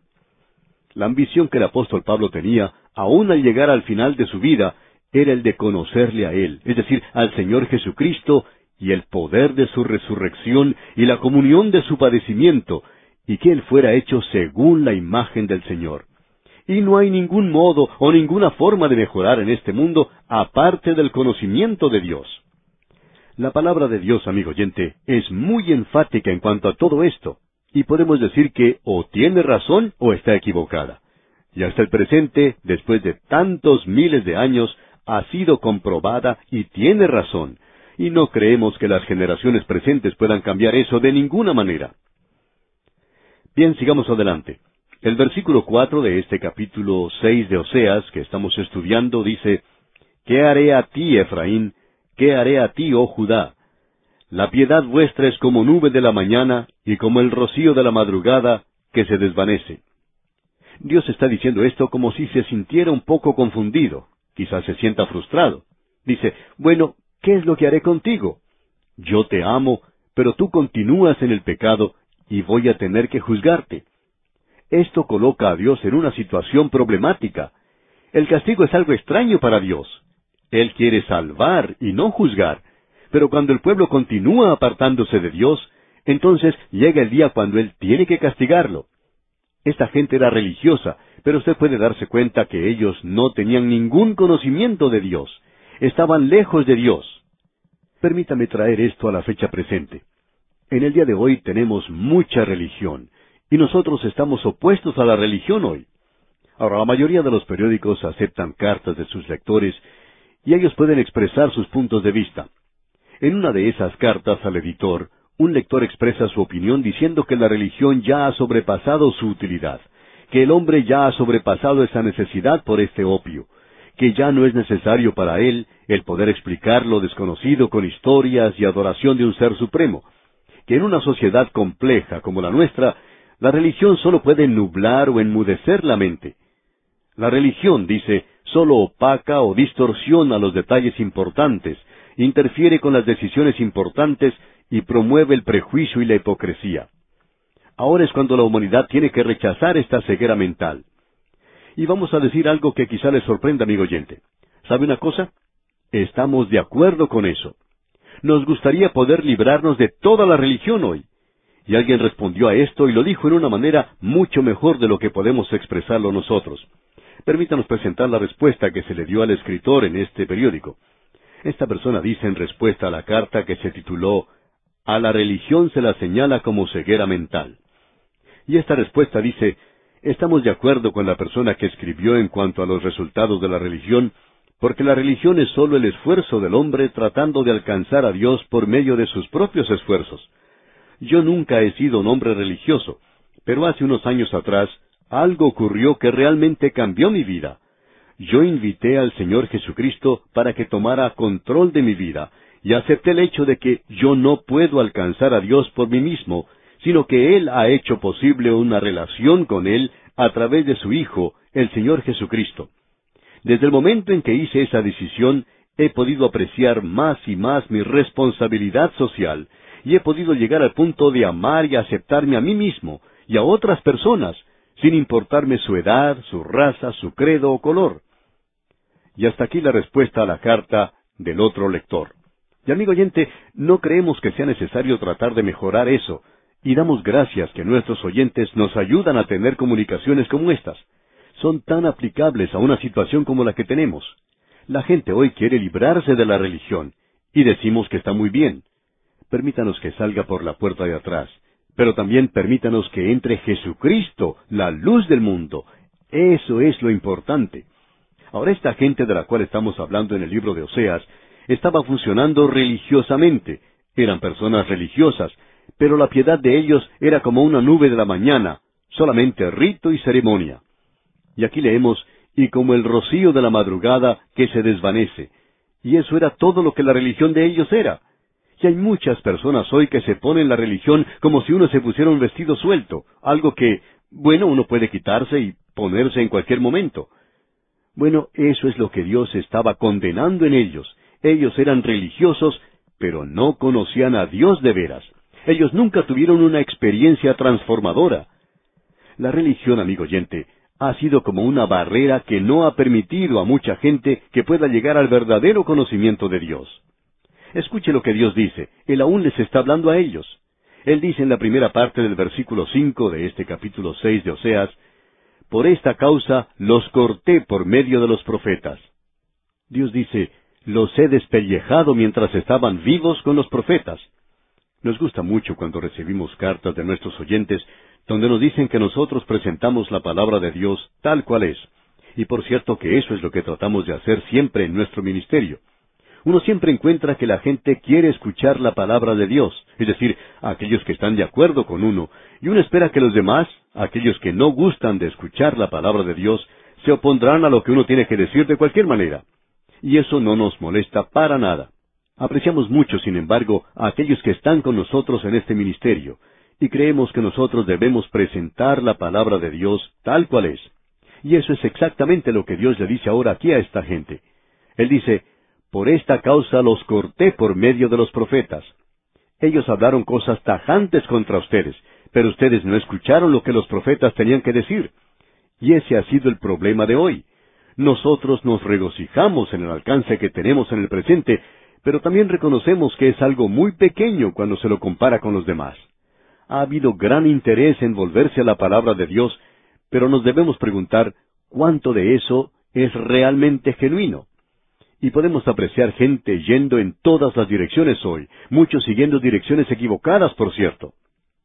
La ambición que el apóstol Pablo tenía, aún al llegar al final de su vida, era el de conocerle a Él, es decir, al Señor Jesucristo, y el poder de su resurrección y la comunión de su padecimiento, y que Él fuera hecho según la imagen del Señor. y no hay ningún modo o ninguna forma de mejorar en este mundo aparte del conocimiento de Dios. La palabra de Dios, amigo oyente, es muy enfática en cuanto a todo esto, y podemos decir que o tiene razón o está equivocada. Y hasta el presente, después de tantos miles de años, ha sido comprobada y tiene razón, y no creemos que las generaciones presentes puedan cambiar eso de ninguna manera. Bien, sigamos adelante. El versículo cuatro de este capítulo seis de Oseas, que estamos estudiando, dice, ¿Qué haré a ti, Efraín? ¿Qué haré a ti, oh Judá? La piedad vuestra es como nube de la mañana y como el rocío de la madrugada que se desvanece. Dios está diciendo esto como si se sintiera un poco confundido, quizás se sienta frustrado. Dice, bueno, ¿qué es lo que haré contigo? Yo te amo, pero tú continúas en el pecado y voy a tener que juzgarte. Esto coloca a Dios en una situación problemática. El castigo es algo extraño para Dios. Él quiere salvar y no juzgar, pero cuando el pueblo continúa apartándose de Dios, entonces llega el día cuando Él tiene que castigarlo. Esta gente era religiosa, pero usted puede darse cuenta que ellos no tenían ningún conocimiento de Dios. Estaban lejos de Dios. Permítame traer esto a la fecha presente. En el día de hoy tenemos mucha religión, y nosotros estamos opuestos a la religión hoy. Ahora, la mayoría de los periódicos aceptan cartas de sus lectores, y ellos pueden expresar sus puntos de vista. En una de esas cartas al editor, un lector expresa su opinión diciendo que la religión ya ha sobrepasado su utilidad, que el hombre ya ha sobrepasado esa necesidad por este opio, que ya no es necesario para él el poder explicar lo desconocido con historias y adoración de un ser supremo, que en una sociedad compleja como la nuestra, la religión solo puede nublar o enmudecer la mente. La religión, dice, solo opaca o distorsiona los detalles importantes, interfiere con las decisiones importantes y promueve el prejuicio y la hipocresía. Ahora es cuando la humanidad tiene que rechazar esta ceguera mental. Y vamos a decir algo que quizá les sorprenda, amigo oyente. ¿Sabe una cosa? Estamos de acuerdo con eso. Nos gustaría poder librarnos de toda la religión hoy. Y alguien respondió a esto y lo dijo en una manera mucho mejor de lo que podemos expresarlo nosotros. Permítanos presentar la respuesta que se le dio al escritor en este periódico. Esta persona dice en respuesta a la carta que se tituló «A la religión se la señala como ceguera mental». Y esta respuesta dice, estamos de acuerdo con la persona que escribió en cuanto a los resultados de la religión, porque la religión es sólo el esfuerzo del hombre tratando de alcanzar a Dios por medio de sus propios esfuerzos. Yo nunca he sido un hombre religioso, pero hace unos años atrás, algo ocurrió que realmente cambió mi vida. Yo invité al Señor Jesucristo para que tomara control de mi vida, y acepté el hecho de que yo no puedo alcanzar a Dios por mí mismo, sino que Él ha hecho posible una relación con Él a través de su Hijo, el Señor Jesucristo. Desde el momento en que hice esa decisión, he podido apreciar más y más mi responsabilidad social, y he podido llegar al punto de amar y aceptarme a mí mismo y a otras personas, sin importarme su edad, su raza, su credo o color. Y hasta aquí la respuesta a la carta del otro lector. Y amigo oyente, no creemos que sea necesario tratar de mejorar eso, y damos gracias que nuestros oyentes nos ayudan a tener comunicaciones como estas. Son tan aplicables a una situación como la que tenemos. La gente hoy quiere librarse de la religión, y decimos que está muy bien. Permítanos que salga por la puerta de atrás, pero también permítanos que entre Jesucristo, la luz del mundo. Eso es lo importante. Ahora, esta gente de la cual estamos hablando en el libro de Oseas, estaba funcionando religiosamente. Eran personas religiosas, pero la piedad de ellos era como una nube de la mañana, solamente rito y ceremonia. Y aquí leemos, y como el rocío de la madrugada que se desvanece. Y eso era todo lo que la religión de ellos era. Y hay muchas personas hoy que se ponen la religión como si uno se pusiera un vestido suelto, algo que, bueno, uno puede quitarse y ponerse en cualquier momento. Bueno, eso es lo que Dios estaba condenando en ellos. Ellos eran religiosos, pero no conocían a Dios de veras. Ellos nunca tuvieron una experiencia transformadora. La religión, amigo oyente, ha sido como una barrera que no ha permitido a mucha gente que pueda llegar al verdadero conocimiento de Dios. Escuche lo que Dios dice. Él aún les está hablando a ellos. Él dice en la primera parte del versículo cinco de este capítulo seis de Oseas, por esta causa los corté por medio de los profetas. Dios dice, los he despellejado mientras estaban vivos con los profetas. Nos gusta mucho cuando recibimos cartas de nuestros oyentes donde nos dicen que nosotros presentamos la palabra de Dios tal cual es. Y por cierto que eso es lo que tratamos de hacer siempre en nuestro ministerio. Uno siempre encuentra que la gente quiere escuchar la palabra de Dios, es decir, aquellos que están de acuerdo con uno, y uno espera que los demás, aquellos que no gustan de escuchar la palabra de Dios, se opondrán a lo que uno tiene que decir de cualquier manera. Y eso no nos molesta para nada. Apreciamos mucho, sin embargo, a aquellos que están con nosotros en este ministerio, y creemos que nosotros debemos presentar la palabra de Dios tal cual es. Y eso es exactamente lo que Dios le dice ahora aquí a esta gente. Él dice, por esta causa los corté por medio de los profetas. Ellos hablaron cosas tajantes contra ustedes, pero ustedes no escucharon lo que los profetas tenían que decir. Y ese ha sido el problema de hoy. Nosotros nos regocijamos en el alcance que tenemos en el presente, pero también reconocemos que es algo muy pequeño cuando se lo compara con los demás. Ha habido gran interés en volverse a la palabra de Dios, pero nos debemos preguntar cuánto de eso es realmente genuino. Y podemos apreciar gente yendo en todas las direcciones hoy, muchos siguiendo direcciones equivocadas, por cierto.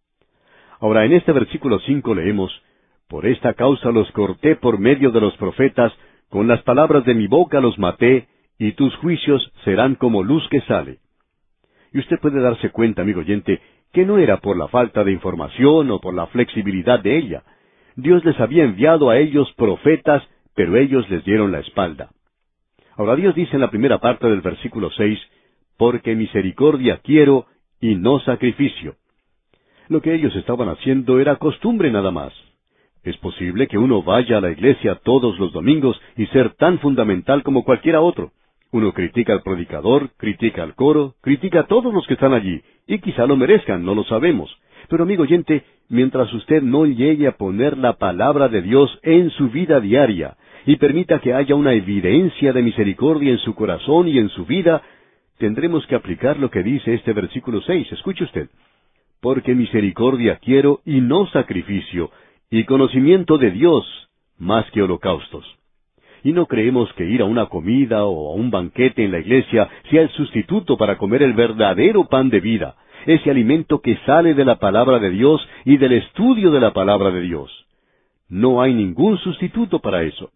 Ahora, en este versículo cinco leemos, por esta causa los corté por medio de los profetas, con las palabras de mi boca los maté, y tus juicios serán como luz que sale. Y usted puede darse cuenta, amigo oyente, que no era por la falta de información o por la flexibilidad de ella. Dios les había enviado a ellos profetas, pero ellos les dieron la espalda. Ahora Dios dice en la primera parte del versículo seis, porque misericordia quiero y no sacrificio. Lo que ellos estaban haciendo era costumbre nada más. Es posible que uno vaya a la iglesia todos los domingos y ser tan fundamental como cualquiera otro. Uno critica al predicador, critica al coro, critica a todos los que están allí, y quizá lo merezcan, no lo sabemos. Pero amigo oyente, mientras usted no llegue a poner la palabra de Dios en su vida diaria, y permita que haya una evidencia de misericordia en su corazón y en su vida, tendremos que aplicar lo que dice este versículo seis. Escuche usted. Porque misericordia quiero y no sacrificio, y conocimiento de Dios más que holocaustos. Y no creemos que ir a una comida o a un banquete en la iglesia sea el sustituto para comer el verdadero pan de vida, ese alimento que sale de la palabra de Dios y del estudio de la palabra de Dios. No hay ningún sustituto para eso.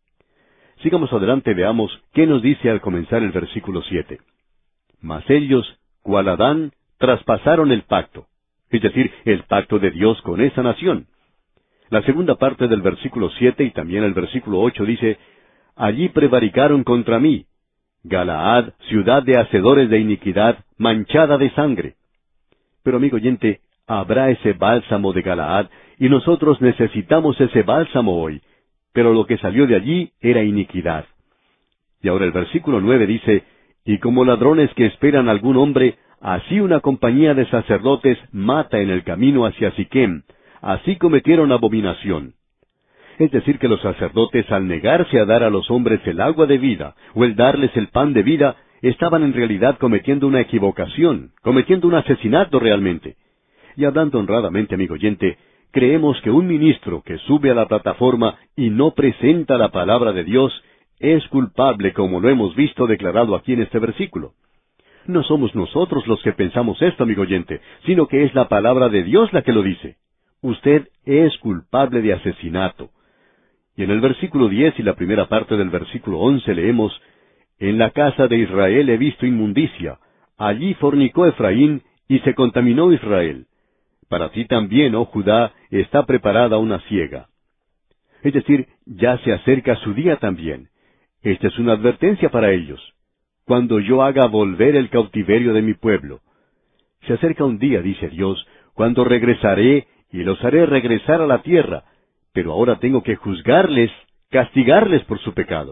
Sigamos adelante, veamos qué nos dice al comenzar el versículo siete. Mas ellos, cual Adán, traspasaron el pacto, es decir, el pacto de Dios con esa nación. La segunda parte del versículo siete y también el versículo ocho dice, allí prevaricaron contra mí, Galaad, ciudad de hacedores de iniquidad, manchada de sangre. Pero amigo oyente, habrá ese bálsamo de Galaad, y nosotros necesitamos ese bálsamo hoy, pero lo que salió de allí era iniquidad. Y ahora el versículo nueve dice, y como ladrones que esperan algún hombre, así una compañía de sacerdotes mata en el camino hacia Siquem, así cometieron abominación. Es decir, que los sacerdotes, al negarse a dar a los hombres el agua de vida, o el darles el pan de vida, estaban en realidad cometiendo una equivocación, cometiendo un asesinato realmente. Y hablando honradamente, amigo oyente, creemos que un ministro que sube a la plataforma y no presenta la palabra de Dios es culpable, como lo hemos visto declarado aquí en este versículo. No somos nosotros los que pensamos esto, amigo oyente, sino que es la palabra de Dios la que lo dice. Usted es culpable de asesinato. Y en el versículo diez y la primera parte del versículo once leemos, en la casa de Israel he visto inmundicia, allí fornicó Efraín y se contaminó Israel. Para ti también, oh Judá, está preparada una siega. Es decir, ya se acerca su día también. Esta es una advertencia para ellos. Cuando yo haga volver el cautiverio de mi pueblo. Se acerca un día, dice Dios, cuando regresaré y los haré regresar a la tierra, pero ahora tengo que juzgarles, castigarles por su pecado.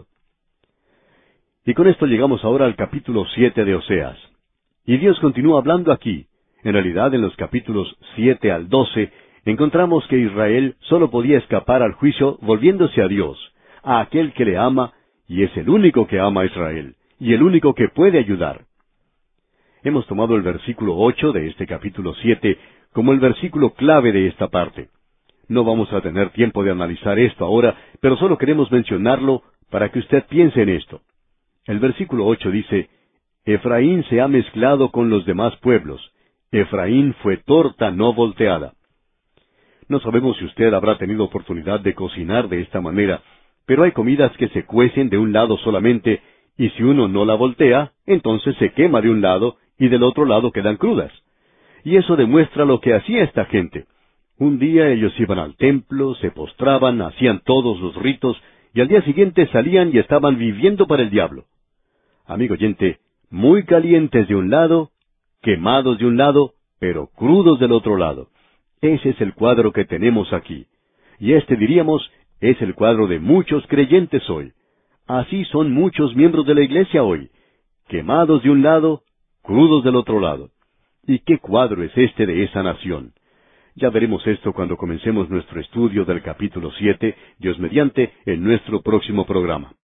Y con esto llegamos ahora al capítulo siete de Oseas. Y Dios continúa hablando aquí. En realidad, en los capítulos siete al doce, encontramos que Israel solo podía escapar al juicio volviéndose a Dios, a aquel que le ama, y es el único que ama a Israel, y el único que puede ayudar. Hemos tomado el versículo ocho de este capítulo siete como el versículo clave de esta parte. No vamos a tener tiempo de analizar esto ahora, pero solo queremos mencionarlo para que usted piense en esto. El versículo ocho dice, Efraín se ha mezclado con los demás pueblos. Efraín fue torta no volteada. No sabemos si usted habrá tenido oportunidad de cocinar de esta manera, pero hay comidas que se cuecen de un lado solamente, y si uno no la voltea, entonces se quema de un lado, y del otro lado quedan crudas. Y eso demuestra lo que hacía esta gente. Un día ellos iban al templo, se postraban, hacían todos los ritos, y al día siguiente salían y estaban viviendo para el diablo. Amigo oyente, muy calientes de un lado, quemados de un lado, pero crudos del otro lado. Ese es el cuadro que tenemos aquí. Y este, diríamos, es el cuadro de muchos creyentes hoy. Así son muchos miembros de la iglesia hoy, quemados de un lado, crudos del otro lado. ¿Y qué cuadro es este de esa nación? Ya veremos esto cuando comencemos nuestro estudio del capítulo siete, Dios mediante, en nuestro próximo programa.